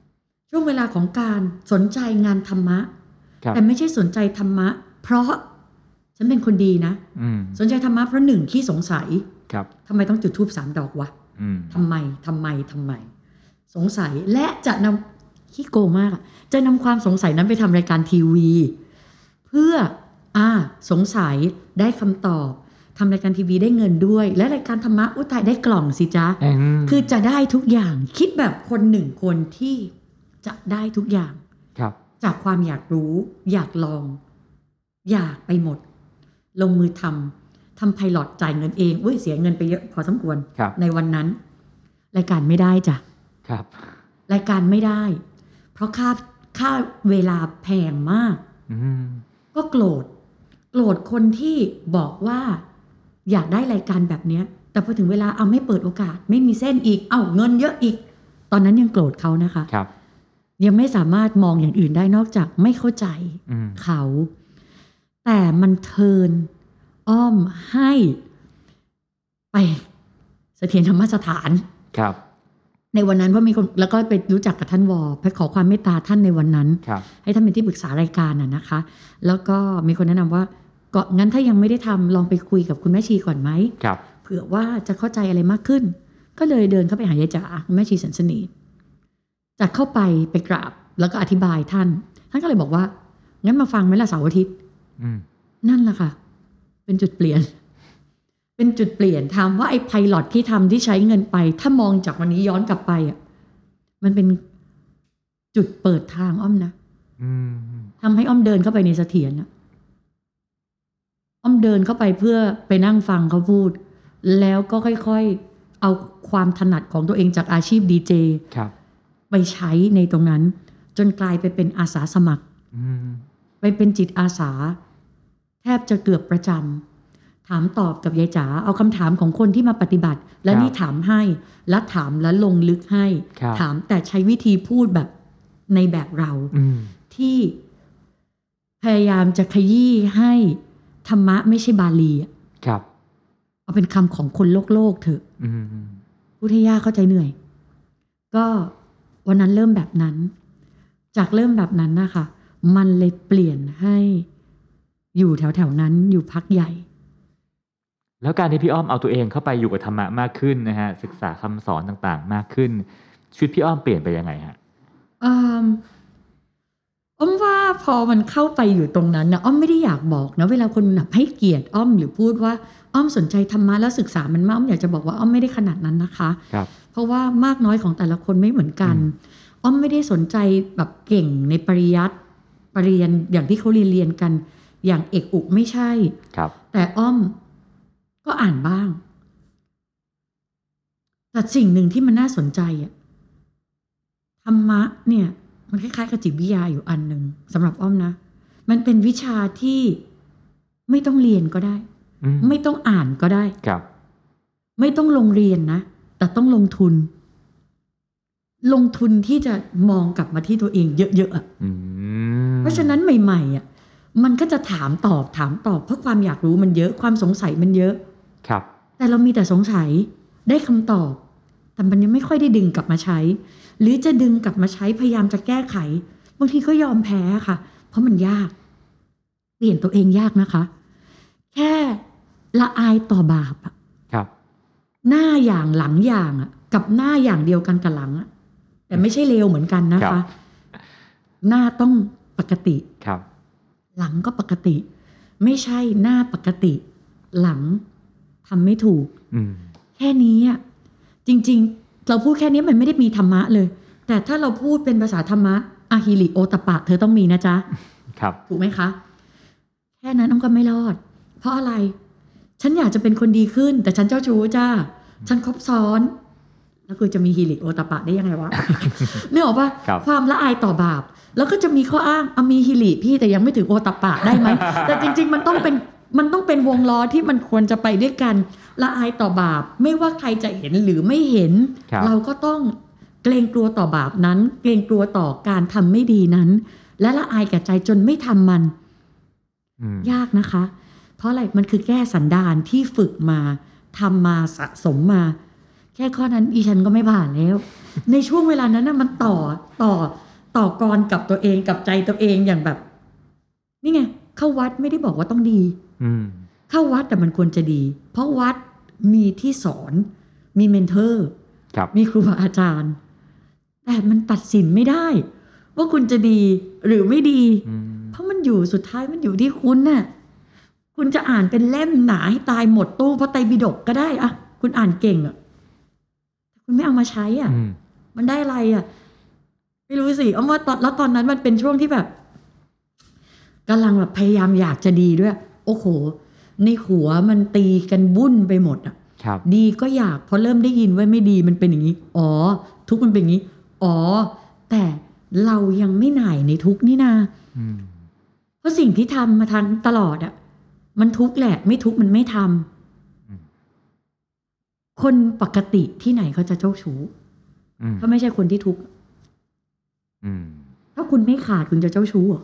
ช่วงเวลาของการสนใจงานธรรมะครับแต่ไม่ใช่สนใจธรรมะ เพราะฉันเป็นคนดีนะอืมสนใจธรรมะเพราะหนึ่งขี้สงสัยครับทำไมต้องจุดธูปสามดอกวะอืมทำไมทำไมทำไม สงสัยและจะนำขี้โกงมากอะจะนำความสงสัยนั้นไปทำรายการทีวี เพื่ออ่าสงสัยได้คำตอบทำรายการทีวีได้เงินด้วย และรายการธรรมะอุยตายได้กล่องสิจ๊ะอืมคือจะได้ทุกอย่างคิดแบบคนหนึ่งคนที่จะได้ทุกอย่างครับจากความอยากรู้อยากลอง อยากไปหมด ลงมือทำทำไพลอตจ่ายเงินเองอุ้ยเสียเงินไปเยอะพอสมควรครับในวันนั้น รายการไม่ได้จ้ะครับรายการไม่ได้ เพราะค่าค่าเวลาแพงมากอืมก็โกรธ โกรธคนที่บอกว่าอยากได้รายการแบบเนี้ย แต่พอถึงเวลาเอาไม่เปิดโอกาส ไม่มีเส้นอีก เอาเงินเยอะอีก ตอนนั้นยังโกรธเขานะคะครับยังไม่สามารถมองอย่างอื่นได้นอกจากไม่เข้าใจอืมเขา แต่มันเทิร์นอ้อมให้ไปเสถียรธรรมสถานครับในวันนั้นเพราะมีคนแล้วก็ไปรู้จักกับท่านวอไปขอความเมตตาท่านในวันนั้นครับให้ท่านเป็นที่ปรึกษารายการน่ะนะคะ แล้วก็มีคนแนะนำว่าก็งั้นถ้ายังไม่ได้ทำลองไปคุยกับคุณแม่ชีก่อนไหมครับเผื่อว่าจะเข้าใจอะไรมากขึ้น ก็เลยเดินเข้าไปหายายจ๋าคุณแม่ชีสันสนีจากเข้าไปไปกราบแล้วก็อธิบายท่าน ท่านก็เลยบอกว่างั้นมาฟังไหมล่ะเสาร์อาทิตย์อืมนั่นแหละค่ะ เป็นจุดเปลี่ยน เป็นจุดเปลี่ยนถามว่าไอ้ไพลอตที่ทำที่ใช้เงินไป ถ้ามองจากวันนี้ย้อนกลับไปอ่ะมันเป็นจุดเปิดทางอ้อมนะอืมทำให้อ้อมเดินเข้าไปในเสถียรนะอ้อมเดินเข้าไปเพื่อไปนั่งฟังเขาพูด แล้วก็ค่อยๆเอาความถนัดของตัวเองจากอาชีพดีเจครับไปใช้ในตรงนั้น จนกลายไปเป็นอาสาสมัครอืมไปเป็นจิตอาสา แทบจะเกือบประจำถามตอบกับยายจ๋าเอาคำถามของคนที่มาปฏิบัติ และนี่ถามให้และถามและลงลึกให้ครับถามแต่ใช้วิธีพูดแบบในแบบเราอืมที่พยายามจะขยี้ให้ธรรมะไม่ใช่บาลีอะครับเอาเป็นคำของคนโลกโลกเถอะอืมพูดให้ยากเข้าใจเหนื่อย ก็วันนั้นเริ่มแบบนั้น จากเริ่มแบบนั้นนะคะมันเลยเปลี่ยนให้อยู่แถวๆนั้นอยู่พักใหญ่แล้วการที่พี่อ้อมเอาตัวเองเข้าไปอยู่กับธรรมะมากขึ้นนะฮะ ศึกษาคำสอนต่างๆ มากขึ้น ชีวิตพี่อ้อมเปลี่ยนไปยังไงฮะอืมอ้อมว่าพอมันเข้าไปอยู่ตรงนั้นนะอ้อมไม่ได้อยากบอกนะเวลาคนแบบให้เกียรติอ้อมหรือพูดว่าอ้อมสนใจธรรมะแล้วศึกษามันมากอ้อมอยากจะบอกว่าอ้อมไม่ได้ขนาดนั้นนะคะครับเพราะว่ามากน้อยของแต่ละคนไม่เหมือนกันอืมอ้อมไม่ได้สนใจแบบเก่งในปริยัติปริญญาอย่างที่เขาเรียนเรียนกัน อย่างเอกอุไม่ใช่ครับแต่อ้อมก็อ่านบ้าง แต่สิ่งหนึ่งที่มันน่าสนใจอะธรรมะเนี่ย มันคล้ายๆกับจิตวิทยาอยู่อันหนึ่งสำหรับอ้อมนะ มันเป็นวิชาที่ไม่ต้องเรียนก็ได้อืมไม่ต้องอ่านก็ได้ครับไม่ต้องลงเรียนนะ แต่ต้องลงทุน ลงทุนที่จะมองกลับมาที่ตัวเองเยอะๆอะอืมเพราะฉะนั้นใหม่ๆอ่ะมันก็จะถามตอบถามตอบเพราะความอยากรู้มันเยอะความสงสัยมันเยอะครับแต่เรามีแต่สงสัยได้คำตอบ แต่มันยังไม่ค่อยได้ดึงกลับมาใช้ หรือจะดึงกลับมาใช้พยายามจะแก้ไข บางทีก็ยอมแพ้ค่ะ เพราะมันยาก เปลี่ยนตัวเองยากนะคะ แค่ละอายต่อบาปอะครับหน้าอย่างหลังอย่างอะกับหน้าอย่างเดียวกันกับหลังอะแต่ไม่ใช่เลวเหมือนกันนะครัคะบหน้าต้องปกติครับหลังก็ปกติ ไม่ใช่หน้าปกติ หลังทำไม่ถูกอืมแค่นี้อะจริงๆ เราพูดแค่นี้มันไม่ได้มีธรรมะเลย แต่ถ้าเราพูดเป็นภาษาธรรมะอะฮิริโอตปะเธอต้องมีนะจ๊ะครับถูกไหมคะ แค่นั้นอ้อมก็ไม่รอด เพราะอะไร ฉันอยากจะเป็นคนดีขึ้น แต่ฉันเจ้าชู้จ้า ฉันครบซ้อน แล้วกูจะมีฮิริโอตปะได้ยังไงวะ นึกออกปะครับความละอายต่อบาป แล้วก็จะมีข้ออ้างเอามีฮิริพี่แต่ยังไม่ถึงโอตปะได้ไหม แต่จริงๆมันต้องเป็นมันต้องเป็นวงล้อที่มันควรจะไปด้วยกัน ละอายต่อบาป ไม่ว่าใครจะเห็นหรือไม่เห็นครับเราก็ต้องเกรงกลัวต่อบาปนั้น เกรงกลัวต่อการทำไม่ดีนั้น และละอายแก่ใจจนไม่ทำมันอืมยากนะคะ เพราะอะไร มันคือแก้สันดานที่ฝึกมาทำมาสะสมมา แค่ข้อนั้นอีฉันก็ไม่ผ่านแล้ว ในช่วงเวลานั้นนะมันต่อต่อต่อกรกับตัวเองกับใจตัวเองอย่างแบบนี่ไงเข้าวัดไม่ได้บอกว่าต้องดีเข้าวัดแต่มันควรจะดีเพราะวัดมีที่สอนมีเมนเทอร์มีครูบาอาจารย์แต่มันตัดสินไม่ได้ว่าคุณจะดีหรือไม่ดีเพราะมันอยู่สุดท้ายมันอยู่ที่คุณน่ะคุณจะอ่านเป็นเล่มหนาให้ตายหมดตู้พระไตรปิฎกก็ได้อะคุณอ่านเก่งอะคุณไม่เอามาใช้อ่ะมันได้อะไรอ่ะไม่รู้สิเอาว่าตอนแล้วตอนนั้นมันเป็นช่วงที่แบบกำลังแบบพยายามอยากจะดีด้วยโอ้โหในหัวมันตีกันวุ่นไปหมดอ่ะดีก็อยากพอเริ่มได้ยินว่าไม่ดีมันเป็นอย่างนี้อ๋อทุกมันเป็นอย่างนี้อ๋อแต่เรายังไม่หน่ายในทุกนี่นาเพราะสิ่งที่ทำมาทันตลอดอ่ะมันทุกแหละไม่ทุกมันไม่ทำคนปกติที่ไหนเขาจะเจ้าชู้ถ้าไม่ใช่คนที่ทุกข์ถ้าคุณไม่ขาดคุณจะเจ้าชู้เหรอ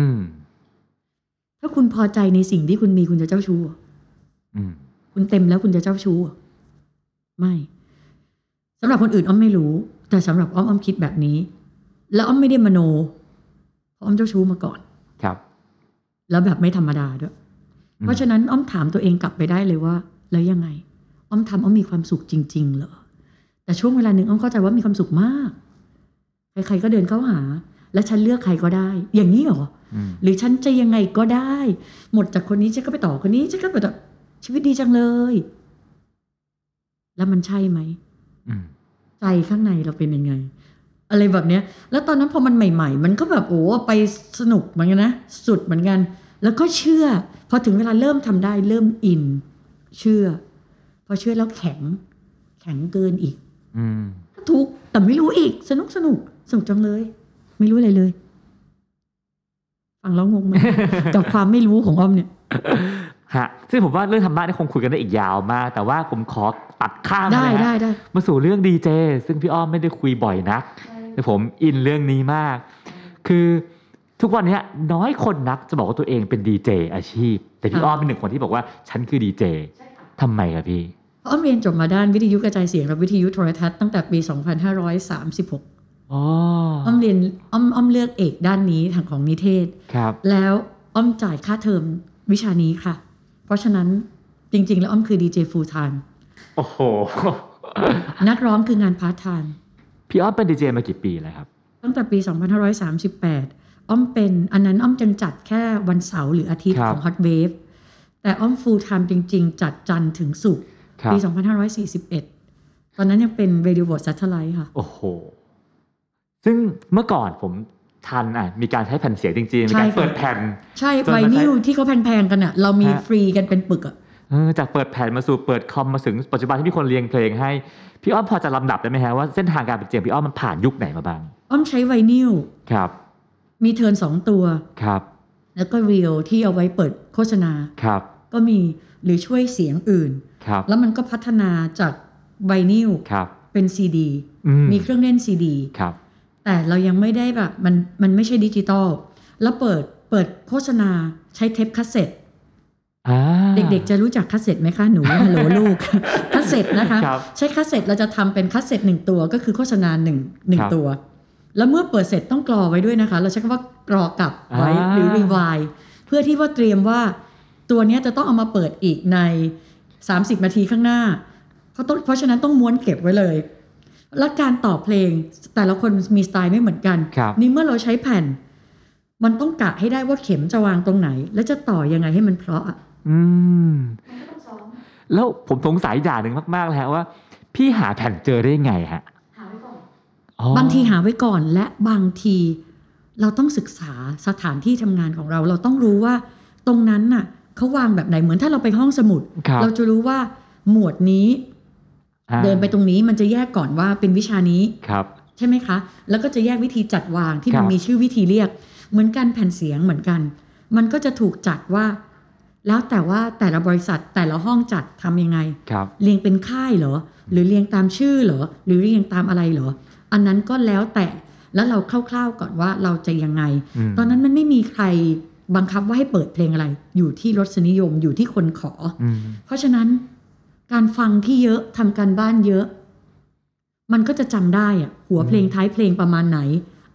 ถ้าคุณพอใจในสิ่งที่คุณมีคุณจะเจ้าชู้เหรอคุณเต็มแล้วคุณจะเจ้าชู้เหรอไม่สำหรับคนอื่นอ้อมไม่รู้แต่สำหรับอ้อมอ้อมคิดแบบนี้แล้วอ้อมไม่ได้มโนเพราะอ้อมเจ้าชู้มาก่อนครับแล้วแบบไม่ธรรมดาด้วยเพราะฉะนั้นอ้อมถามตัวเองกลับไปได้เลยว่าแล้วยังไงอ้อมทำอ้อมมีความสุขจริงๆเหรอแต่ช่วงเวลาหนึ่งอ้อมเข้าใจว่ามีความสุขมากใครๆก็เดินเข้าหาและฉันเลือกใครก็ได้อย่างนี้เหรอหรือฉันจะยังไงก็ได้หมดจากคนนี้ฉันก็ไปต่อคนนี้ฉันก็ไปต่อชีวิตดีจังเลยแล้วมันใช่ไหมใจข้างในเราเป็นยังไงอะไรแบบเนี้ยแล้วตอนนั้นพอมันใหม่ๆมันก็แบบโอ้ไปสนุกเหมือนกันนะสุดเหมือนกันแล้วก็เชื่อพอถึงเวลาเริ่มทำได้เริ่มอินเชื่อพอเชื่อแล้วแข็งแข็งเกินอีกทุกแต่ไม่รู้อีกสนุกสนุกสนุกจังเลยไม่รู้อะไรเลยฟังแล้วงงไหม กับความไม่รู้ของอ้อมเนี่ยฮะซึ่งผมว่าเรื่องธรรมะนี่คงคุยกันได้อีกยาวมากแต่ว่าผมขอตัดข้ามได้เลยได้ได้มาสู่เรื่องดีเจซึ่งพี่อ้อมไม่ได้คุยบ่อยนักแต่ผมอินเรื่องนี้มากคือทุกวันนี้น้อยคนนักจะบอกว่าตัวเองเป็นดีเจอาชีพแต่พี่อ้อมเป็นหนึ่งคนที่บอกว่าฉันคือดีเจทำไมครับพี่อ้อมเรียนจบมาด้านวิทยุกระจายเสียงและวิทยุโทรทัศน์ตั้งแต่ปีสองพันห้าร้อยสามสิบหกอ๋ออ้อมเรียนอ้อมอ้อมเลือกเอกด้านนี้ทางของนิเทศครับแล้วอ้อมจ่ายค่าเทอมวิชานี้ค่ะเพราะฉะนั้นจริงๆแล้วอ้อมคือดีเจฟูลไทม์โอ้โหนักร้องคืองานพาร์ทไทม์พี่อ้อมเป็นดีเจมากี่ปีแล้วครับตั้งแต่ปีสองพันห้าร้อยสามสิบแปดอ้อมเป็นอันนั้นอ้อมจังจัดแค่วันเสาร์หรืออาทิตย์ของ Hot Wave แต่อ้อมฟูลไทม์จริงๆจัดจันทร์ถึงศุกร์ปีสองพันห้าร้อยสี่สิบเอ็ดตอนนั้นยังเป็น Radio Board Satellite ค่ะโอ้โหซึ่งเมื่อก่อนผมทันอ่ะมีการใช้แผ่นเสียงจริงๆมีการเปิดแผ่นใช่ไวนิลที่เขาแพงๆกันอ่ะเรามีฟรีกันเป็นปึกอ่ะจากเปิดแผ่นมาสู่เปิดคอมมาถึงปัจจุบันที่มีคนเรียงเพลงให้พี่อ้อมพอจะลำดับได้ไหมฮะว่าเส้นทางการเป็นเจมพี่อ้อมมันผ่านยุคไหนมาบ้างอ้อมใช้ไวนิลครับมีเทิร์นสองตัวครับแล้วก็เรียลที่เอาไว้เปิดโฆษณาครับก็มีหรือช่วยเสียงอื่นครับแล้วมันก็พัฒนาจากไวนิลเป็นซีดีมีเครื่องเล่นซีดีครับแต่เรายังไม่ได้แบบมันมันไม่ใช่ดิจิตอลแล้วเปิดเปิดโฆษณาใช้เทปคาสเซ็ตเด็กๆจะรู้จักคาสเซ็ตไหมคะหนูฮัลโหลลูกคาสเซ็ตนะคะใช้คาสเซ็ตเราจะทำเป็นคาสเซ็ตหนึ่งตัวก็คือโฆษณาหนึ่งหนึ่งตัวแล้วเมื่อเปิดเสร็จต้องกรอไว้ด้วยนะคะเราใช้คำว่ากรอกลับไว้หรือรีไวด์เพื่อที่ว่าเตรียมว่าตัวนี้จะต้องเอามาเปิดอีกในสามสิบนาทีข้างหน้าเพราะเพราะฉะนั้นต้องม้วนเก็บไว้เลยและการต่อเพลงแต่ละคนมีสไตล์ไม่เหมือนกันนี่เมื่อเราใช้แผ่นมันต้องกะให้ได้ว่าเข็มจะวางตรงไหนและจะต่อยังไงให้มันเพราะอ่ะอืมแล้วผมสงสัยอย่างหนึ่งมากๆเลยฮะว่าพี่หาแผ่นเจอได้ไงฮะหาไว้ก่อนบางทีหาไว้ก่อนและบางทีเราต้องศึกษาสถานที่ทำงานของเราเราต้องรู้ว่าตรงนั้นน่ะเขาวางแบบไหนเหมือนถ้าเราไปห้องสมุดเราจะรู้ว่าหมวดนี้เดินไปตรงนี้มันจะแยกก่อนว่าเป็นวิชานี้ใช่ไหมคะแล้วก็จะแยกวิธีจัดวางที่มันมีชื่อวิธีเรียกเหมือนกันแผ่นเสียงเหมือนกันมันก็จะถูกจัดว่าแล้วแต่ว่าแต่ละบริษัทแต่ละห้องจัดทำยังไงเรียงเป็นค่ายเหรอหรือเรียงตามชื่อเหรอหรือเรียงตามอะไรเหรออันนั้นก็แล้วแต่แล้วเราคร่าวๆก่อนว่าเราจะยังไงตอนนั้นมันไม่มีใครบังคับว่าให้เปิดเพลงอะไรอยู่ที่รสนิยมอยู่ที่คนขอเพราะฉะนั้นการฟังที่เยอะทำการบ้านเยอะมันก็จะจำได้อะหัวเพลงท้ายเพลงประมาณไหนอ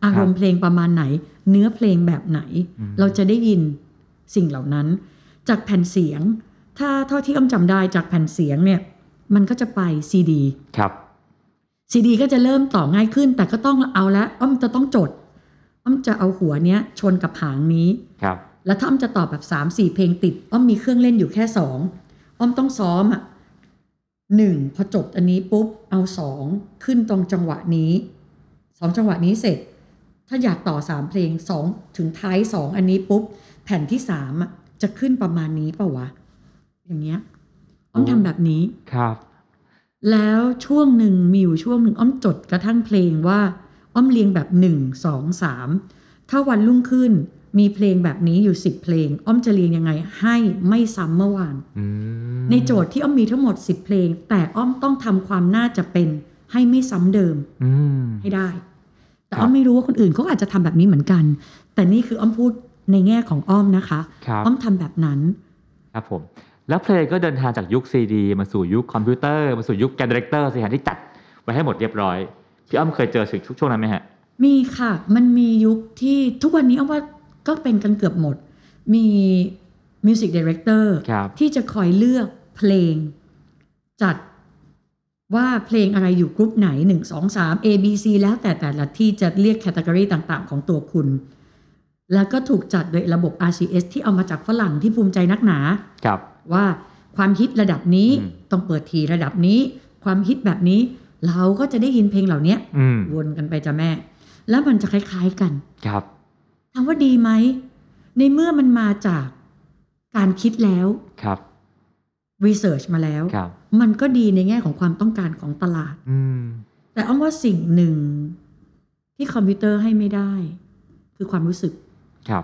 อารมณ์เพลงประมาณไหนเนื้อเพลงแบบไหนเราจะได้ยินสิ่งเหล่านั้นจากแผ่นเสียงถ้าเท่าที่อ้อมจำได้จากแผ่นเสียงเนี่ยมันก็จะไปซีดีครับซีดีก็จะเริ่มต่อง่ายขึ้นแต่ก็ต้องเอาละอ้อมจะต้องจดอ้อมจะเอาหัวเนี้ยชนกับหางนี้ครับแล้วถ้าอ้อมจะตอบแบบ สามสี่ เพลงติดอ้อมมีเครื่องเล่นอยู่แค่สองอ้อมต้องซ้อมอ่ะหนึ่งพอจบอันนี้ปุ๊บเอาสองขึ้นตรงจังหวะนี้สองจังหวะนี้เสร็จถ้าอยากต่อสามเพลงสองถึงท้ายสองอันนี้ปุ๊บแผ่นที่สามอ่ะจะขึ้นประมาณนี้เปล่าวะอย่างเงี้ยอ้อมทำแบบนี้ครับแล้วช่วงหนึ่งมีอยู่ช่วงหนึ่งอ้อมจดกระทั่งเพลงว่าอ้อมเรียงแบบหนึ่ง สอง สามถ้าวันรุ่งขึ้นมีเพลงแบบนี้อยู่สิบเพลงอ้อมจะเรียงยังไงให้ไม่ซ้ำเมื่อวานในโจทย์ที่อ้อมมีทั้งหมดสิบเพลงแต่อ้อมต้องทำความน่าจะเป็นให้ไม่ซ้ำเดิมให้ได้แต่อ้อมไม่รู้ว่าคนอื่นเขาอาจจะทำแบบนี้เหมือนกันแต่นี่คืออ้อมพูดในแง่ของอ้อมนะคะอ้อมทำแบบนั้นครับผมแล้วเพลงก็เดินทางจากยุคซีดีมาสู่ยุคคอมพิวเตอร์มาสู่ยุคแกนดิเรกเตอร์สิฮะที่จัดไว้ให้หมดเรียบร้อยพี่อ้อมเคยเจอสิ่งช่วงนั้นไหมฮะมีค่ะมันมียุคที่ทุกวันนี้อ้อมว่าก็เป็นกันเกือบหมดมีมิวสิกไดเรคเตอร์ที่จะคอยเลือกเพลงจัดว่าเพลงอะไรอยู่กรุ๊ปไหนหนึ่ง สอง สาม A B C แล้วแต่แต่ละที่จะเรียกแคตตากรีต่างๆของตัวคุณแล้วก็ถูกจัดโดยระบบ อาร์ ซี เอส ที่เอามาจากฝรั่งที่ภูมิใจนักหนาว่าความฮิตระดับนี้ต้องเปิดทีระดับนี้ความฮิตแบบนี้เราก็จะได้ยินเพลงเหล่านี้วนกันไปจ้ะแม่แล้วมันจะคล้ายๆกันครับถามว่าดีไหมในเมื่อมันมาจากการคิดแล้วครับรีเสิร์ชมาแล้วมันก็ดีในแง่ของความต้องการของตลาดแต่อ้อมว่าสิ่งหนึ่งที่คอมพิวเตอร์ให้ไม่ได้คือความรู้สึกครับ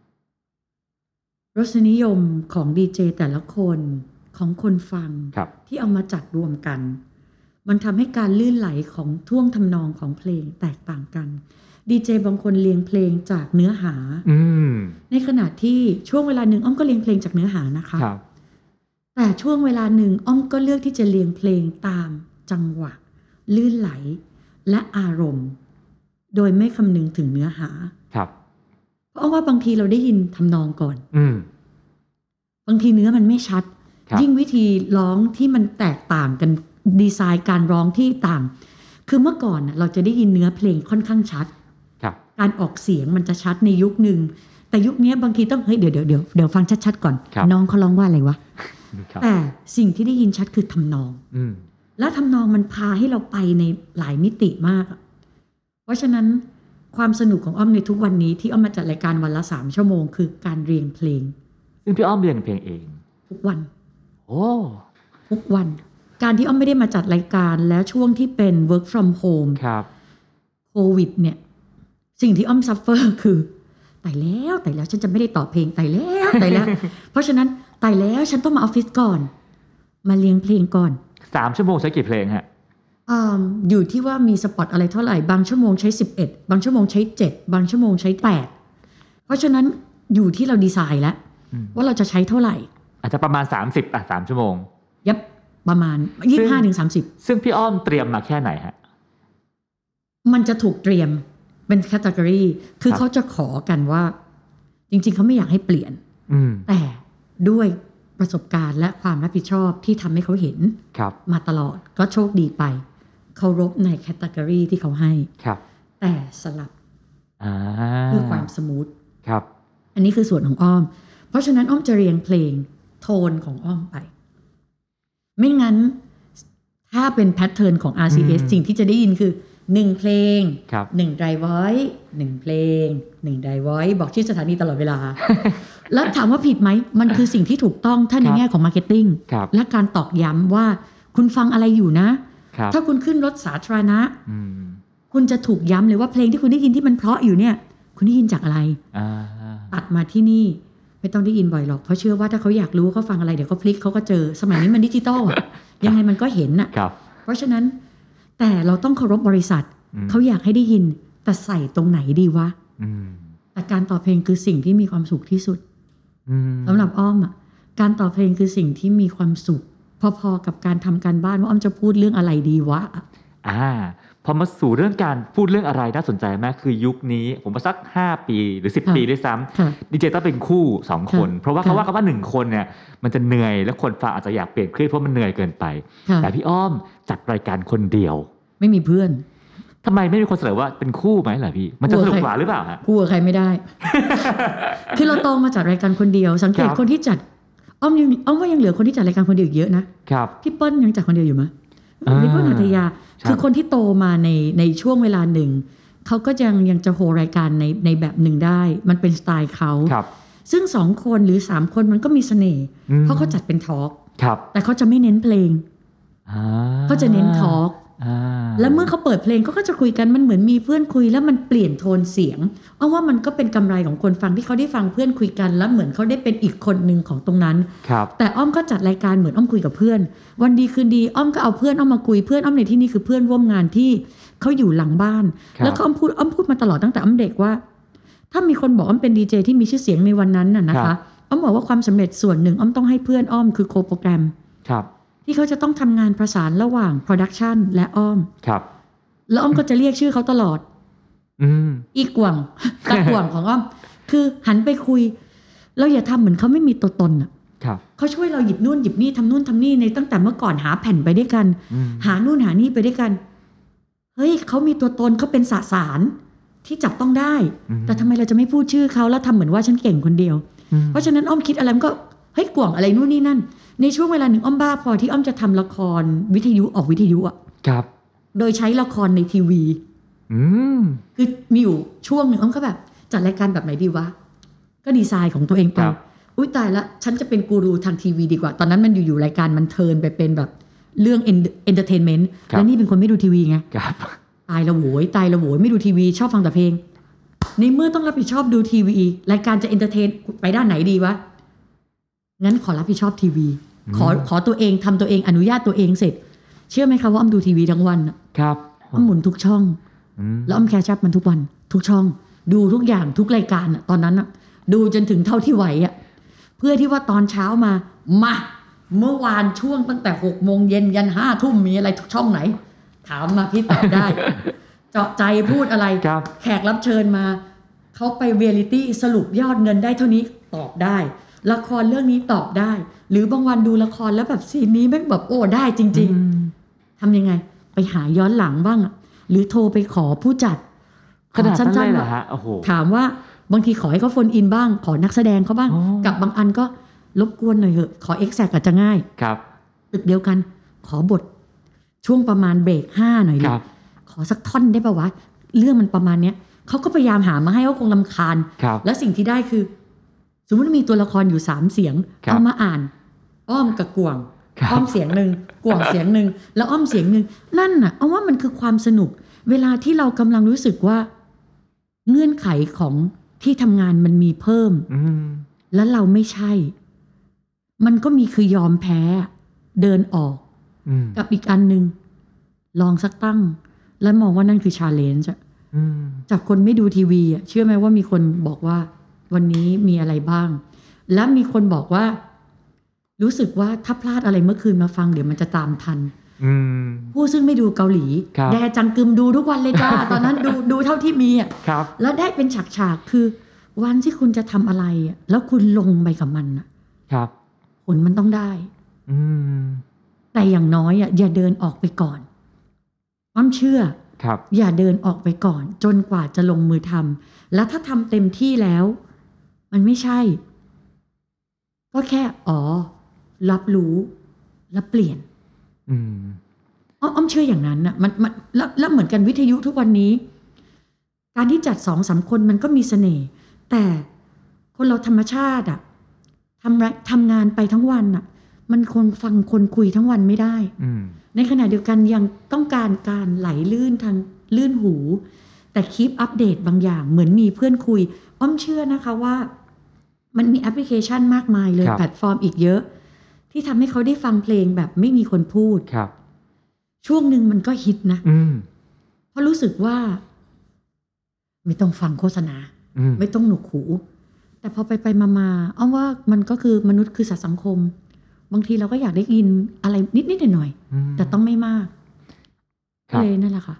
รสนิยมของดีเจแต่ละคนของคนฟังที่เอามาจัดรวมกันมันทำให้การลื่นไหลของท่วงทำนองของเพลงแตกต่างกันดีเจบางคนเรียงเพลงจากเนื้อหาในขณะที่ช่วงเวลาหนึ่งอ้อมก็เรียงเพลงจากเนื้อหานะคะแต่ช่วงเวลาหนึ่งอ้อมก็เลือกที่จะเรียงเพลงตามจังหวะลื่นไหลและอารมณ์โดยไม่คำนึงถึงเนื้อหาเพราะว่าบางทีเราได้ยินทำนองก่อนบางทีเนื้อมันไม่ชัดยิ่งวิธีร้องที่มันแตกต่างกันดีไซน์การร้องที่ต่างคือเมื่อก่อนเราจะได้ยินเนื้อเพลงค่อนข้างชัดการออกเสียงมันจะชัดในยุคหนึ่งแต่ยุคนี้บางทีต้องเฮ้ยเดี๋ยวเดี๋ยวเดี๋ยวเดี๋ยวฟังชัดๆก่อนน้องเขาร้องว่าอะไรวะแต่สิ่งที่ได้ยินชัดคือทำนองและทำนองมันพาให้เราไปในหลายมิติมากเพราะฉะนั้นความสนุกของอ้อมในทุกวันนี้ที่อ้อมมาจัดรายการวันละสามชั่วโมงคือการเรียงเพลงซึ่งพี่อ้อมเรียงเพลงเองทุกวันโอ้ทุกวันการที่อ้อมไม่ได้มาจัดรายการแล้วช่วงที่เป็น work from home ครับโควิดเนี่ยสิ่งที่อ้อมซัฟเฟอร์คือตายแล้วตายแล้วฉันจะไม่ได้ต่อเพลงตายแล้วตายแล้ว เพราะฉะนั้นตายแล้วฉันต้องมาออฟฟิศก่อนมาเรียงเพลงก่อนสามชั่วโมงใช้กี่เพลงฮะอ่าอยู่ที่ว่ามีสปอตอะไรเท่าไหร่บางชั่วโมงใช้สิบเอ็ดบางชั่วโมงใช้เจ็ดบางชั่วโมงใช้แปดเพราะฉะนั้นอยู่ที่เราดีไซน์แล้วว่าเราจะใช้เท่าไหร่อาจจะประมาณสามสิบอ่ะสามชั่วโมงยับประมาณ ยี่สิบห้าถึงสามสิบซึ่งพี่อ้อมเตรียมมาแค่ไหนฮะมันจะถูกเตรียมเป็นแคตตากรีคือเขาจะขอกันว่าจริงๆเขาไม่อยากให้เปลี่ยนแต่ด้วยประสบการณ์และความรับผิดชอบที่ทำให้เขาเห็นมาตลอดก็โชคดีไปเคารพในแคตตากรีที่เขาให้แต่สลับเพื่อความสมูทอันนี้คือส่วนของอ้อมเพราะฉะนั้นอ้อมจะเรียงเพลงโทนของอ้อมไปไม่งั้นถ้าเป็นแพทเทิร์นของ อาร์ ซี เอส สิ่งที่จะได้ยินคือหนึ่งเพลงหนึ่งไดร์ไวซ์หนึ่งเพลงหนึ่งไดร์ไวซ์บอกชื่อสถานีตลอดเวลา แล้วถามว่าผิดไหมมันคือสิ่งที่ถูกต้องถ้าในแง่ของมาร์เก็ตติ้งและการตอกย้ำว่าคุณฟังอะไรอยู่นะถ้าคุณขึ้นรถสาธารณะคุณจะถูกย้ำเลยว่าเพลงที่คุณได้ยินที่มันเพราะอยู่เนี่ยคุณได้ยินจากอะไรตัดมาที่นี่ไม่ต้องได้ยินบ่อยหรอกเพราะเชื่อว่าถ้าเขาอยากรู้เขาฟังอะไรเดี๋ยวเขาพลิกเขาก็เจอสมัยนี้มันดิจิตอลยังไงมันก็เห็นน่ะเพราะฉะนั้นแต่เราต้องเคารพบริษัทเขาอยากให้ได้ยินแต่ใส่ตรงไหนดีวะแต่การต่อเพลงคือสิ่งที่มีความสุขที่สุดสำหรับอ้อมอ่ะการต่อเพลงคือสิ่งที่มีความสุขพอๆกับการทำการบ้านว่าอ้อมจะพูดเรื่องอะไรดีวะอ่าพพอมาสู่เรื่องการพูดเรื่องอะไรน่าสนใจมากคือยุคนี้ผมว่าสักห้าปีหรือสิบปีด้วยซ้ำดีเจต้องเป็นคู่สองคนเพราะว่าเขาว่ากันว่าหนึ่งคนเนี่ยมันจะเหนื่อยและคนฟังอาจจะอยากเปลี่ยนคลื่นเพราะมันเหนื่อยเกินไปแต่พี่อ้อมจัดรายการคนเดียวไม่มีเพื่อนทำไมไม่มีคนเสนอว่าเป็นคู่ไหมล่ะพี่มันจะสนุกกว่าหรือเปล่าฮะคู่กับใครไม่ได้ คือเราโตมาจัดรายการคนเดียวสังเกตคนที่จัดอ้อมยังอ้อมว่ายังเหลือคนที่จัดรายการคนเดียวเยอะนะครับพี่เปิ้ลยังจัดคนเดียวอยู่ไหมพี่เปิ้ลหัตถยาคือคนที่โตมาในในช่วงเวลาหนึ่งเขาก็ยังยังจะโฮรายการในในแบบหนึ่งได้มันเป็นสไตล์เขาซึ่งสองคนหรือสามคนมันก็มีเสน่ห์เพราะเขาจัดเป็นทอล์กแต่เขาจะไม่เน้นเพลงเขาจะเน้นทอล์กแล้วเมื่อเขาเปิดเพลงเขาก็จะคุยกันมันเหมือนมีเพื่อนคุยแล้วมันเปลี่ยนโทนเสียงอ้อมว่ามันก็เป็นกำไรของคนฟังที่เขาได้ฟังเพื่อนคุยกันแล้วเหมือนเขาได้เป็นอีกคนนึงของตรงนั้นแต่อ้อมก็จัดรายการเหมือนอ้อมคุยกับเพื่อนวันดีคืนดีอ้อมก็เอาเพื่อนอ้อมมาคุยเพื่อนอ้อมในที่นี้คือเพื่อนร่วมงานที่เขาอยู่หลังบ้านแล้วก็อ้อมพูดอ้อมพูดมาตลอดตั้งแต่อ้อมเด็กว่าถ้ามีคนบอกอ้อมเป็นดีเจที่มีชื่อเสียงในวันนั้นน่ะนะคะอ้อมบอกว่าความสำเร็จส่วนหนึ่งอ้อมต้องให้เพื่อนอ้อมคือโคโปรแกรมที่เขาจะต้องทำงานประสานระหว่างโปรดักชันและอ้อมครับแล้วอ้อมก็จะเรียกชื่อเขาตลอดอืมอีกกว่างตะกว่างของอ้อมคือหันไปคุยเราอย่าทำเหมือนเขาไม่มีตัวตนอ่ะเขาช่วยเราหยิบนู่นหยิบนี่ทำนู่นทำนี่ในตั้งแต่เมื่อก่อนหาแผ่นไปด้วยกันหานู่นหานี่ไปด้วยกันเฮ้ยเขามีตัวตนเขาเป็นสสารที่จับต้องได้แต่ทำไมเราจะไม่พูดชื่อเขาแล้วทำเหมือนว่าฉันเก่งคนเดียวเพราะฉะนั้นอ้อมคิดอะไรมันก็เฮ้ยกว่างอะไรนู่นนี่นั่นในช่วงเวลาหนึ่งอ้อมบ้าพอที่อ้อมจะทำละครวิทยุออกวิทยุอ่ะครับโดยใช้ละครในทีวีอืมคือมีอยู่ช่วงหนึ่งอ้อมก็แบบจัดรายการแบบไหนดีวะก็ดีไซน์ของตัวเองไปอุ้ยตายละฉันจะเป็นกูรูทางทีวีดีกว่าตอนนั้นมันอยู่ๆรายการมันเทิร์นไปเป็นแบบเรื่องเอนเตอร์เทนเมนต์แล้วนี่เป็นคนไม่ดูทีวีไงตายละโหยตายละโหยไม่ดูทีวีชอบฟังแต่เพลงในเมื่อต้องรับผิดชอบดูทีวีรายการจะเอนเตอร์เทนไปด้านไหนดีวะงั้นขอรับผิดชอบทีวีขอขอตัวเองทำตัวเองอนุญาตตัวเองเสร็จเชื่อไหมคะว่าอ้อมดูทีวีทั้งวันครับอ้อมหมุนทุกช่องแล้วอ้อมแคชชัพมันทุกวันทุกช่องดูทุกอย่างทุกรายการตอนนั้นดูจนถึงเท่าที่ไหวอ่ะเพื่อที่ว่าตอนเช้ามามาเมื่อวานช่วงตั้งแต่หกโมงเย็นยันห้าทุ่มมีอะไรทุกช่องไหนถามมาพี่ตอบได้ เจาะใจพูดอะไรแขกรับเชิญมาเขาไปเรียลิตี้สรุปยอดเงินได้เท่านี้ตอบได้ละครเรื่องนี้ตอบได้หรือบางวันดูละครแล้วแบบซีนนี้แม่งแบบโอ้ได้จริงๆทำยังไงไปหาย้อนหลังบ้างอ่ะหรือโทรไปขอผู้จัดขนาดนั้นเลยเหรอฮะโอ้โหถามว่าบางทีขอให้เขาโฟนอินบ้างขอนักแสดงเขาบ้างกับบางอันก็รบกวนหน่อยเถอะขอเอ็กแซกอาจจะง่ายครับตึกเดียวกันขอบทช่วงประมาณเบรกห้าหน่อยดิขอสักท่อนได้ป่าวะเรื่องมันประมาณเนี้ยเขาก็พยายามหามาให้เขาคงรำคาญแล้วสิ่งที่ได้คือสมมติมีตัวละครอยู่สามเสียงเอามาอ่านอ้อมกับกวางอ้อมเสียงหนึ่งกวางเสียงหนึ่งแล้วอ้อมเสียงหนึ่งนั่นน่ะเอาว่ามันคือความสนุกเวลาที่เรากำลังรู้สึกว่าเงื่อนไขของที่ทำงานมันมีเพิ่มแล้วเราไม่ใช่มันก็มีคือยอมแพ้เดินออกกับอีกอันหนึ่งลองสักตั้งแล้วมองว่านั่นคือชาเลนจ์จากคนไม่ดูทีวีเชื่อไหมว่ามีคนบอกว่าวันนี้มีอะไรบ้างและมีคนบอกว่ารู้สึกว่าถ้าพลาดอะไรเมื่อคืนมาฟังเดี๋ยวมันจะตามทันผู้ซึ่งไม่ดูเกาหลีแดจังกึมดูทุกวันเลยจ้า ตอนนั้นดูดูเท่าที่มีอ่ะแล้วได้เป็นฉากๆคือวันที่คุณจะทำอะไรอ่ะแล้วคุณลงไปกับมันอ่ะผลมันต้องได้แต่อย่างน้อยอ่ะอย่าเดินออกไปก่อนอ้อมเชื่ออย่าเดินออกไปก่อนจนกว่าจะลงมือทำแล้วถ้าทำเต็มที่แล้วมันไม่ใช่ก็แค่อ๋อรับรู้แล้วเปลี่ยนอ้อมอ้อมเชื่ออย่างนั้นน่ะมันมันแล้วแล้วเหมือนกันวิทยุทุกวันนี้การที่จัดสองสามคนมันก็มีเสน่ห์แต่คนเราธรรมชาติอ่ะทำทำงานไปทั้งวันอ่ะมันคนฟังคนคุยทั้งวันไม่ได้ในขณะเดียวกันยังต้องการการไหลลื่นทางลื่นหูแต่คีปอัปเดตบางอย่างเหมือนมีเพื่อนคุยอ้อมเชื่อนะคะว่ามันมีแอปพลิเคชันมากมายเลยแพลตฟอร์มอีกเยอะที่ทำให้เขาได้ฟังเพลงแบบไม่มีคนพูดช่วงหนึ่งมันก็ฮิตนะเพราะรู้สึกว่าไม่ต้องฟังโฆษณาไม่ต้องหนวกหูแต่พอไปไปมาๆอ้อมว่ามันก็คือมนุษย์คือสัตว์สังคมบางทีเราก็อยากได้ยินอะไรนิดๆหน่อยๆแต่ต้องไม่มากเลยนั่นแหละค่ะ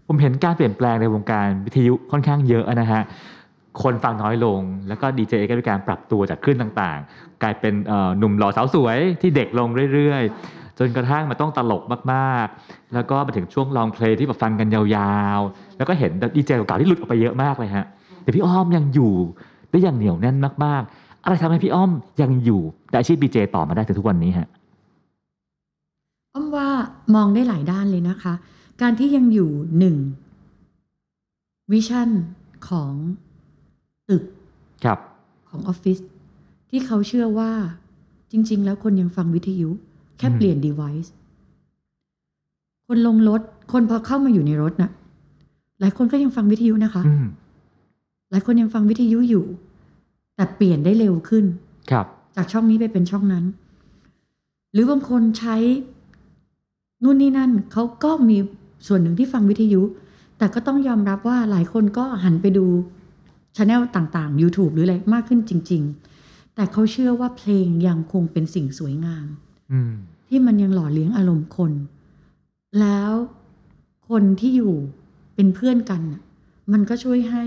ผมเห็นการเปลี่ยนแปลงในวงการวิทยุค่อนข้างเยอะนะฮะคนฟังน้อยลงแล้วก็ดีเจก็มีการปรับตัวจากคลื่นต่างๆกลายเป็นหนุ่มหล่อสาวสวยที่เด็กลงเรื่อยๆจนกระทั่งมันต้องตลกมากๆแล้วก็มาถึงช่วงลองเพลย์ที่แบบฟังกันยาวๆแล้วก็เห็นดีเจเก่าๆที่หลุดออกไปเยอะมากเลยฮะแต่พี่อ้อมยังอยู่ได้อย่างเหนียวแน่นมากๆอะไรทำให้พี่อ้อมยังอยู่ในอาชีพดีเจต่อมาได้ถึงทุกวันนี้ฮะอ้อมว่ามองได้หลายด้านเลยนะคะการที่ยังอยู่หนึ่งวิชั่นของตึกของออฟฟิศที่เขาเชื่อว่าจริงๆแล้วคนยังฟังวิทยุแค่เปลี่ยน device คนลงรถคนพอเข้ามาอยู่ในรถน่ะหลายคนก็ยังฟังวิทยุนะคะหลายคนยังฟังวิทยุอยู่แต่เปลี่ยนได้เร็วขึ้นจากช่องนี้ไปเป็นช่องนั้นหรือบางคนใช้นู่นนี่นั่นเขาก็มีส่วนหนึ่งที่ฟังวิทยุแต่ก็ต้องยอมรับว่าหลายคนก็หันไปดูchannel ต่างๆ YouTube หรืออะไรมากขึ้นจริงๆแต่เขาเชื่อว่าเพลงยังคงเป็นสิ่งสวยงามที่มันยังหล่อเลี้ยงอารมณ์คนแล้วคนที่อยู่เป็นเพื่อนกันมันก็ช่วยให้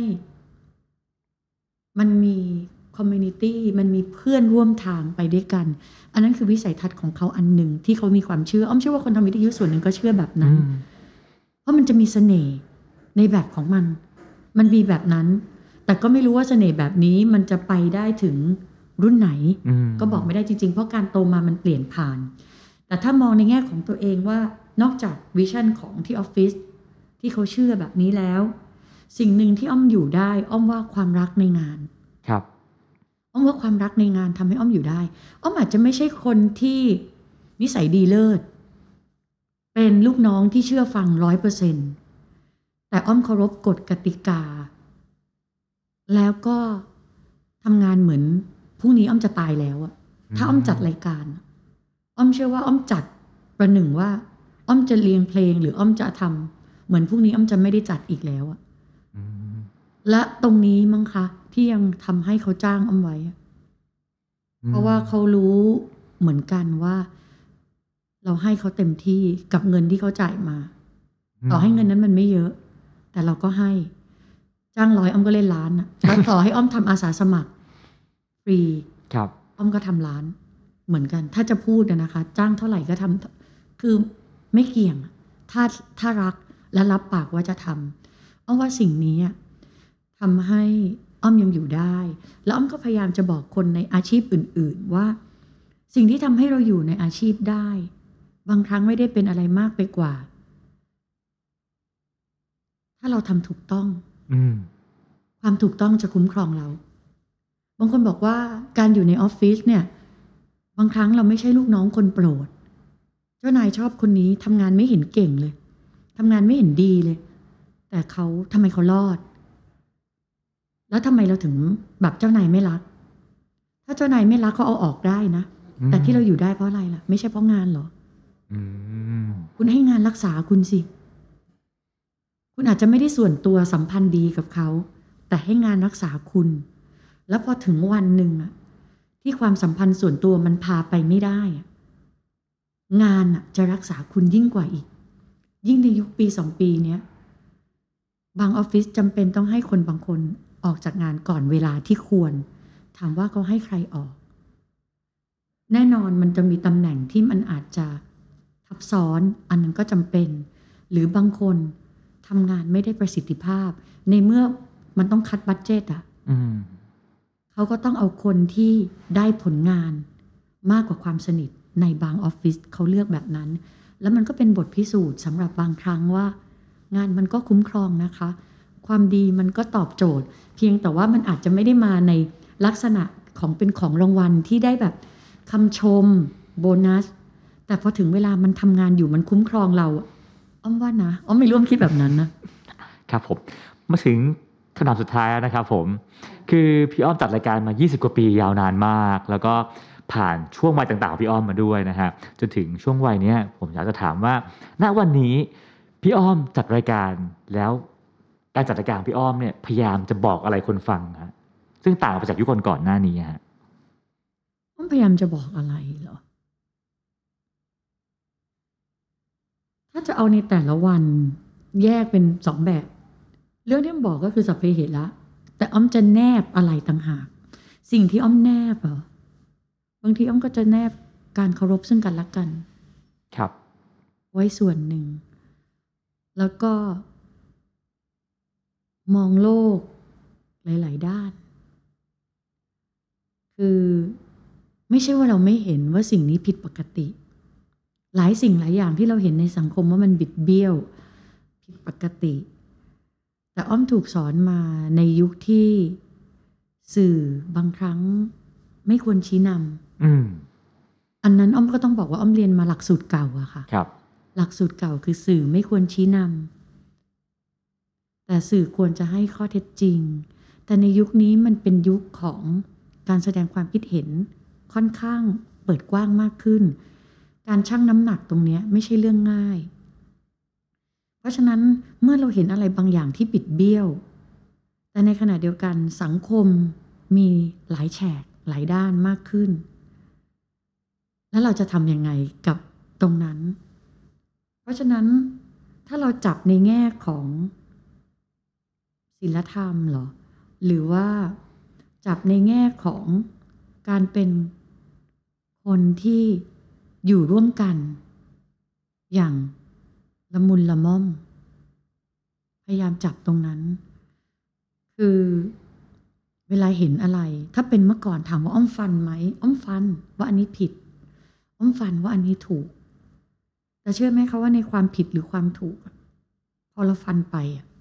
มันมีคอมมูนิตี้มันมีเพื่อนร่วมทางไปด้วยกันอันนั้นคือวิสัยทัศน์ของเขาอันหนึ่งที่เขามีความเชื่ออ้อมเชื่อว่าคนทำวิทยุส่วนหนึ่งก็เชื่อแบบนั้นเพราะมันจะมีเสน่ห์ในแบบของมันมันมีแบบนั้นแต่ก็ไม่รู้ว่าเสน่ห์แบบนี้มันจะไปได้ถึงรุ่นไหนก็บอกไม่ได้จริงๆเพราะการโตมามันเปลี่ยนผ่านแต่ถ้ามองในแง่ของตัวเองว่านอกจากวิชั่นของที่ออฟฟิศที่เขาเชื่อแบบนี้แล้วสิ่งหนึ่งที่อ้อมอยู่ได้อ้อมว่าความรักในงานครับอ้อมว่าความรักในงานทำให้อ้อมอยู่ได้อ้อมอาจจะไม่ใช่คนที่นิสัยดีเลิศเป็นลูกน้องที่เชื่อฟังร้อยเปอร์เซ็นต์แต่อ้อมเคารพกฎกติกาแล้วก็ทำงานเหมือนพรุ่งนี้อ้อมจะตายแล้วอะถ้าอ้อมจัดรายการอ้อมเชื่อว่าอ้อมจัดประหนึ่งว่าอ้อมจะเรียงเพลงหรืออ้อมจะทำเหมือนพรุ่งนี้อ้อมจะไม่ได้จัดอีกแล้วอะและตรงนี้มั้งคะที่ยังทำให้เขาจ้างอ้อมไว้เพราะว่าเขารู้เหมือนกันว่าเราให้เขาเต็มที่กับเงินที่เขาจ่ายมาต่อให้เงินนั้นมันไม่เยอะแต่เราก็ให้จ้างร้อยอ้อมก็เล่นล้านแล้วต่อให้อ้อมทำอาสาสมัครฟรีอ้อมก็ทำล้านเหมือนกันถ้าจะพูดนะคะจ้างเท่าไหร่ก็ทำคือไม่เกี่ยงถ้าถ้ารักและรับปากว่าจะทำอ้อมว่าสิ่งนี้ทำให้อ้อมยังอยู่ได้แล้วอ้อมก็พยายามจะบอกคนในอาชีพอื่นๆว่าสิ่งที่ทำให้เราอยู่ในอาชีพได้บางครั้งไม่ได้เป็นอะไรมากไปกว่าถ้าเราทำถูกต้องความถูกต้องจะคุ้มครองเราบางคนบอกว่าการอยู่ในออฟฟิศเนี่ยบางครั้งเราไม่ใช่ลูกน้องคนโปรดเจ้านายชอบคนนี้ทำงานไม่เห็นเก่งเลยทำงานไม่เห็นดีเลยแต่เขาทำไมเขารอดแล้วทำไมเราถึงแบบเจ้านายไม่รักถ้าเจ้านายไม่รักเขาเอาออกได้นะแต่ที่เราอยู่ได้เพราะอะไรล่ะไม่ใช่เพราะงานหรอคุณให้งานรักษาคุณสิคุณอาจจะไม่ได้ส่วนตัวสัมพันธ์ดีกับเขาแต่ให้งานรักษาคุณแล้วพอถึงวันหนึ่งอะที่ความสัมพันธ์ส่วนตัวมันพาไปไม่ได้งานอะจะรักษาคุณยิ่งกว่าอีกยิ่งในยุคปีสองปีเนี้ยบางออฟฟิศจำเป็นต้องให้คนบางคนออกจากงานก่อนเวลาที่ควรถามว่าเขาให้ใครออกแน่นอนมันจะมีตำแหน่งที่มันอาจจะทับซ้อนอันนั้นก็จำเป็นหรือบางคนทำงานไม่ได้ประสิทธิภาพในเมื่อมันต้องคัดบัดเจ็ตอ่ะเขาก็ต้องเอาคนที่ได้ผลงานมากกว่าความสนิทในบางออฟฟิศเขาเลือกแบบนั้นแล้วมันก็เป็นบทพิสูจน์สำหรับบางครั้งว่างานมันก็คุ้มครองนะคะความดีมันก็ตอบโจทย์เพียงแต่ว่ามันอาจจะไม่ได้มาในลักษณะของเป็นของรางวัลที่ได้แบบคำชมโบนัสแต่พอถึงเวลามันทำงานอยู่มันคุ้มครองเราอ้อมว่านะอ้อมไม่ร่วมคิดแบบนั้นนะครับผมมาถึงคำถามสุดท้ายนะครับผมคือพี่อ้อมจัดรายการมายี่สิบกว่าปียาวนานมากแล้วก็ผ่านช่วงวัยต่างๆพี่อ้อมมาด้วยนะฮะจนถึงช่วงวัยนี้ผมอยากจะถามว่าณวันนี้พี่อ้อมจัดรายการแล้วการจัดรายการพี่อ้อมเนี่ยพยายามจะบอกอะไรคนฟังฮะซึ่งต่างไปจากยุคก่อนๆหน้านี้ฮะอ้อมพยายามจะบอกอะไรเหรอถ้าจะเอาในแต่ละวันแยกเป็นสองแบบ เรื่องที่อ้อมบอกก็คือสัพเพเหระแต่อ้อมจะแนบอะไรต่างหากสิ่งที่อ้อมแนบเหรอบางทีอ้อมก็จะแนบการเคารพซึ่งกันและกันครับไว้ส่วนหนึ่ง แล้วก็ มองโลกหลาย ๆ ด้าน คือไม่ใช่ว่าเราไม่เห็นว่าสิ่งนี้ผิดปกติ หลายสิ่งหลายอย่างที่เราเห็นในสังคมว่ามันบิดเบี้ยวผิดปกติ แต่อ้อมถูกสอนมาในยุคที่สื่อบางครั้งไม่ควรชี้นำอืมอันนั้นอ้อมก็ต้องบอกว่าอ้อมเรียนมาหลักสูตรเก่าอะค่ะครับหลักสูตรเก่าคือสื่อไม่ควรชี้นำแต่สื่อควรจะให้ข้อเท็จจริง แต่ในยุคนี้มันเป็นยุคของการแสดงความคิดเห็นค่อนข้างเปิดกว้างมากขึ้น การชั่งน้ำหนักตรงนี้ไม่ใช่เรื่องง่าย เพราะฉะนั้นเมื่อเราเห็นอะไรบางอย่างที่บิดเบี้ยวแต่ในขณะเดียวกันสังคมมีหลายแฉกหลายด้านมากขึ้นแล้วเราจะทำยังไงกับตรงนั้น เพราะฉะนั้นถ้าเราจับในแง่ของศีลธรรมเหรอหรือว่าจับในแง่ของการเป็นคนที่อยู่ร่วมกันอย่างละมุนละม่อมพยายามจับตรงนั้นคือเวลาเห็นอะไรถ้าเป็นเมื่อก่อนถามว่าอ้อมฟันไหมอ้อมฟันว่าอันนี้ผิดอ้อมฟันว่าอันนี้ถูกแต่เชื่อไหมคะว่าในความผิดหรือความถูกพอเราฟันไป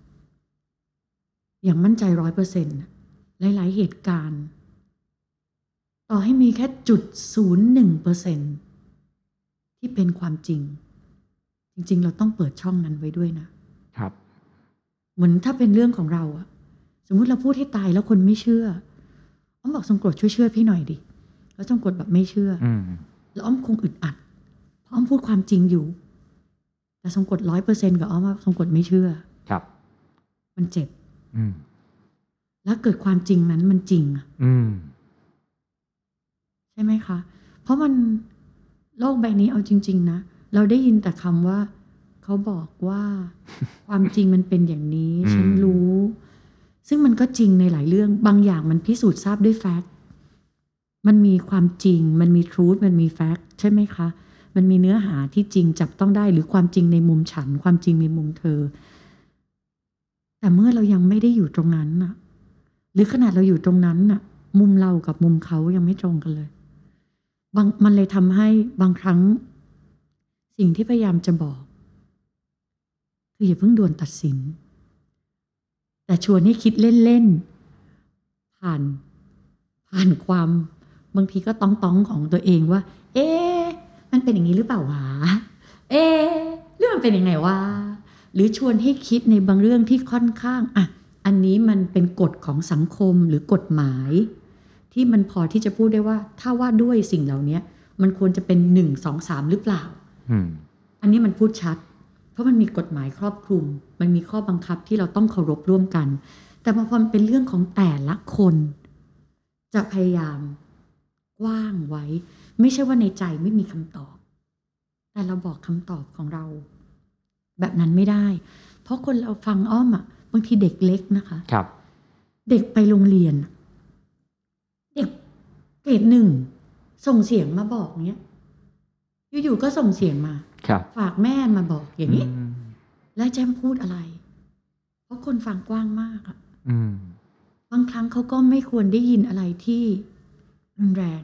อย่างมั่นใจร้อยเปอร์เซ็นต์หลายๆเหตุการณ์ต่อให้มีแค่จุดศูนย์หนึ่งเปอร์เซ็นต์ที่เป็นความจริงจริงๆเราต้องเปิดช่องนั้นไว้ด้วยนะครับเหมือนถ้าเป็นเรื่องของเราอะสมมุติเราพูดให้ตายแล้วคนไม่เชื่ออ้อมบอกทรงกรดช่วยเชื่อพี่หน่อยดิแล้วทรงกรดแบบไม่เชื่ออืมแล้วอ้อมคงอึดอัดเพราะอ้อมพูดความจริงอยู่แต่ทรงกรดร้อยเปอร์เซ็นต์กับอ้อมว่าทรงกรดไม่เชื่อครับมันเจ็บอืมแล้วเกิดความจริงนั้นมันจริงอะอืมใช่ไหมคะเพราะมันโลกใบนี้เอาจริงๆนะเราได้ยินแต่คำว่าเขาบอกว่า ความจริงมันเป็นอย่างนี้ ฉันรู้ ซึ่งมันก็จริงในหลายเรื่องบางอย่างมันพิสูจน์ทราบด้วยแฟกต์มันมีความจริงมันมีทรูธมันมีแฟกต์ใช่ไหมคะมันมีเนื้อหาที่จริงจับต้องได้หรือความจริงในมุมฉันความจริงในมุมเธอแต่เมื่อเรายังไม่ได้อยู่ตรงนั้นน่ะหรือขนาดเราอยู่ตรงนั้นน่ะมุมเรากับมุมเขายังไม่ตรงกันเลยบางมันเลยทำให้บางครั้งสิ่งที่พยายามจะบอกคืออย่าเพิ่งด่วนตัดสินแต่ชวนให้คิดเล่นๆผ่านผ่านความบางทีก็ต้องต้องของตัวเองว่าเอ๊ะมันเป็นอย่างนี้หรือเปล่าวะเอ๊ะหรือมันเป็นยังไงวะหรือชวนให้คิดในบางเรื่องที่ค่อนข้างอ่ะอันนี้มันเป็นกฎของสังคมหรือกฎหมายที่มันพอที่จะพูดได้ว่าถ้าว่าด้วยสิ่งเหล่านี้มันควรจะเป็นหนึ่งสองสามหรือเปล่าอันนี้มันพูดชัดเพราะมันมีกฎหมายครอบคลุมมันมีข้อบังคับที่เราต้องเคารพร่วมกันแต่พอมันเป็นเรื่องของแต่ละคนจะพยายามกว้างไว้ไม่ใช่ว่าในใจไม่มีคำตอบแต่เราบอกคำตอบของเราแบบนั้นไม่ได้เพราะคนเราฟังอ้อมอ่ะบางทีเด็กเล็กนะคะครับเด็กไปโรงเรียนเด็กเกรดหนึ่งส่งเสียงมาบอกเนี้ยอยู่ๆก็ส่งเสียงมาฝากแม่มาบอกอย่างนี้แล้วแจมพูดอะไรเพราะคนฟังกว้างมากอ่ะบางครั้งเขาก็ไม่ควรได้ยินอะไรที่รุนแรง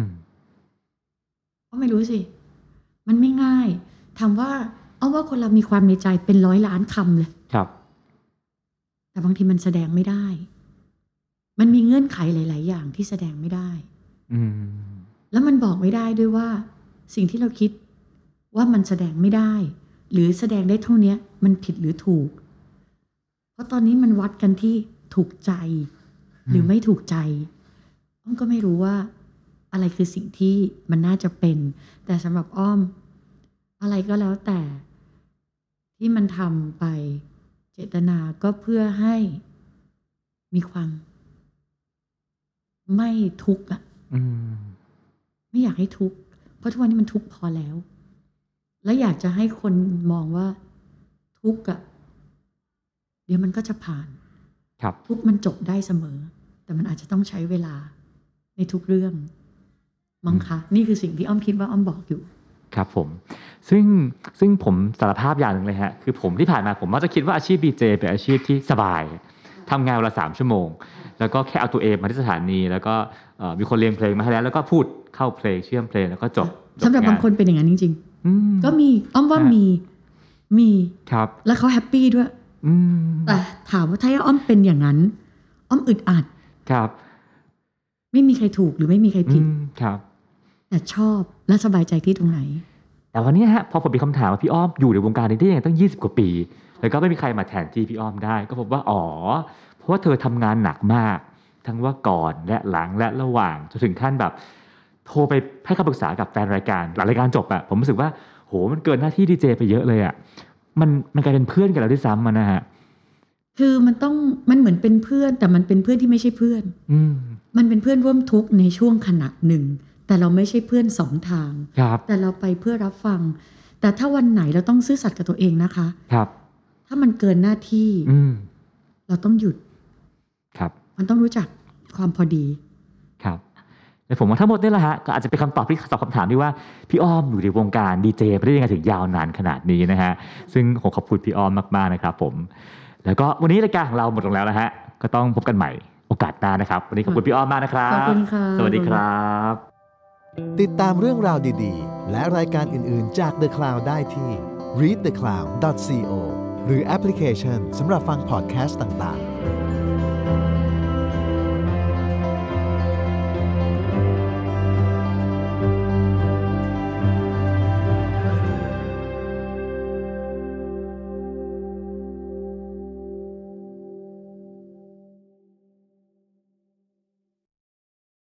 เพราะไม่รู้สิมันไม่ง่ายถามว่าเอาว่าคนเรามีความในใจเป็นร้อยล้านคำเลยครับแต่บางทีมันแสดงไม่ได้มันมีเงื่อนไขหลายๆอย่างที่แสดงไม่ได้แล้วมันบอกไม่ได้ด้วยว่าสิ่งที่เราคิดว่ามันแสดงไม่ได้หรือแสดงได้เท่านี้มันผิดหรือถูกเพราะตอนนี้มันวัดกันที่ถูกใจหรือไม่ถูกใจอ้อมก็ไม่รู้ว่าอะไรคือสิ่งที่มันน่าจะเป็นแต่สำหรับอ้อมอะไรก็แล้วแต่ที่มันทำไปเจตนาก็เพื่อให้มีความไม่ทุกข์อ่ะไม่อยากให้ทุกข์เพราะทุกวันนี้มันทุกข์พอแล้วและอยากจะให้คนมองว่าทุกข์อ่ะเดี๋ยวมันก็จะผ่านครับทุกมันจบได้เสมอ แต่มันอาจจะต้องใช้เวลาในทุกเรื่องมั้งคะนี่คือสิ่งที่อ้อมคิดว่าอ้อมบอกอยู่ครับผมซึ่งซึ่งผมสารภาพอย่างหนึ่งเลยฮะคือผมที่ผ่านมาผมมักจะคิดว่าอาชีพ ดี เจ เป็นอาชีพที่สบายทำงานวันละสามชั่วโมงแล้วก็แค่เอาตัวเองมาที่สถานีแล้วก็มีคนเรียนเพลงมาให้แล้วแล้วก็พูดเข้าเพลงเชื่อมเพลงแล้วก็จบสำหรับบางคนเป็นอย่างนั้นจริงๆก็มีอ้อมว่ามีมีครับแล้วเขาแฮปปี้ด้วยแต่ถามว่าถ้าอ้อมเป็นอย่างนั้นอ้อมอึดอัดครับไม่มีใครถูกหรือไม่มีใครผิดครับแต่ชอบและสบายใจที่ตรงไหนแต่วันนี้ฮะพอผมมีคำถามว่าพี่อ้อมอยู่ในวงการนี้ได้ยังไงตั้งยี่สิบกว่าปีแล้วก็ไม่มีใครมาแทนที่พี่อ้อมได้ก็พบว่าอ๋อเพราะว่าเธอทำงานหนักมากทั้งว่าก่อนและหลังและระหว่างจนถึงขั้นแบบโทรไปให้คำปรึกษากับแฟนรายการหลังรายการจบอะผมรู้สึกว่าโหมันเกินหน้าที่ดีเจไปเยอะเลยอะมันมันกลายเป็นเพื่อนกันแล้วด้วยซ้ำมันนะฮะคือมันต้องมันเหมือนเป็นเพื่อนแต่มันเป็นเพื่อนที่ไม่ใช่เพื่อนอืมมันเป็นเพื่อนร่วมทุกข์ในช่วงขณะหนึ่งแต่เราไม่ใช่เพื่อนสองทางแต่เราไปเพื่อรับฟังแต่ถ้าวันไหนเราต้องซื่อสัตย์กับตัวเองนะคะครับถ้ามันเกินหน้าที่เราต้องหยุดครับมันต้องรู้จักความพอดีครับแต่ผมว่าทั้งหมดนี่แหละฮะก็อาจจะเป็นคำตอบที่ตอบคำถามที่ว่าพี่อ้อมอยู่ในวงการดีเจไปได้ยังไงถึงยาวนานขนาดนี้นะฮะซึ่งผมขอบคุณพี่อ้อมมากๆนะครับผมแล้วก็วันนี้รายการของเราหมดลงแล้วนะฮะก็ต้องพบกันใหม่โอกาสหน้านะครับวันนี้ขอบคุณพี่อ้อมมากนะครับขอบคุณค่ะสวัสดีครับติดตามเรื่องราวดีๆและรายการอื่นๆจาก The Cloud ได้ที่ รีด เดอะ คลาวด์ ดอท ซี โอ หรือแอปพลิเคชันสำหรับฟังพอดแคสต์ต่างๆ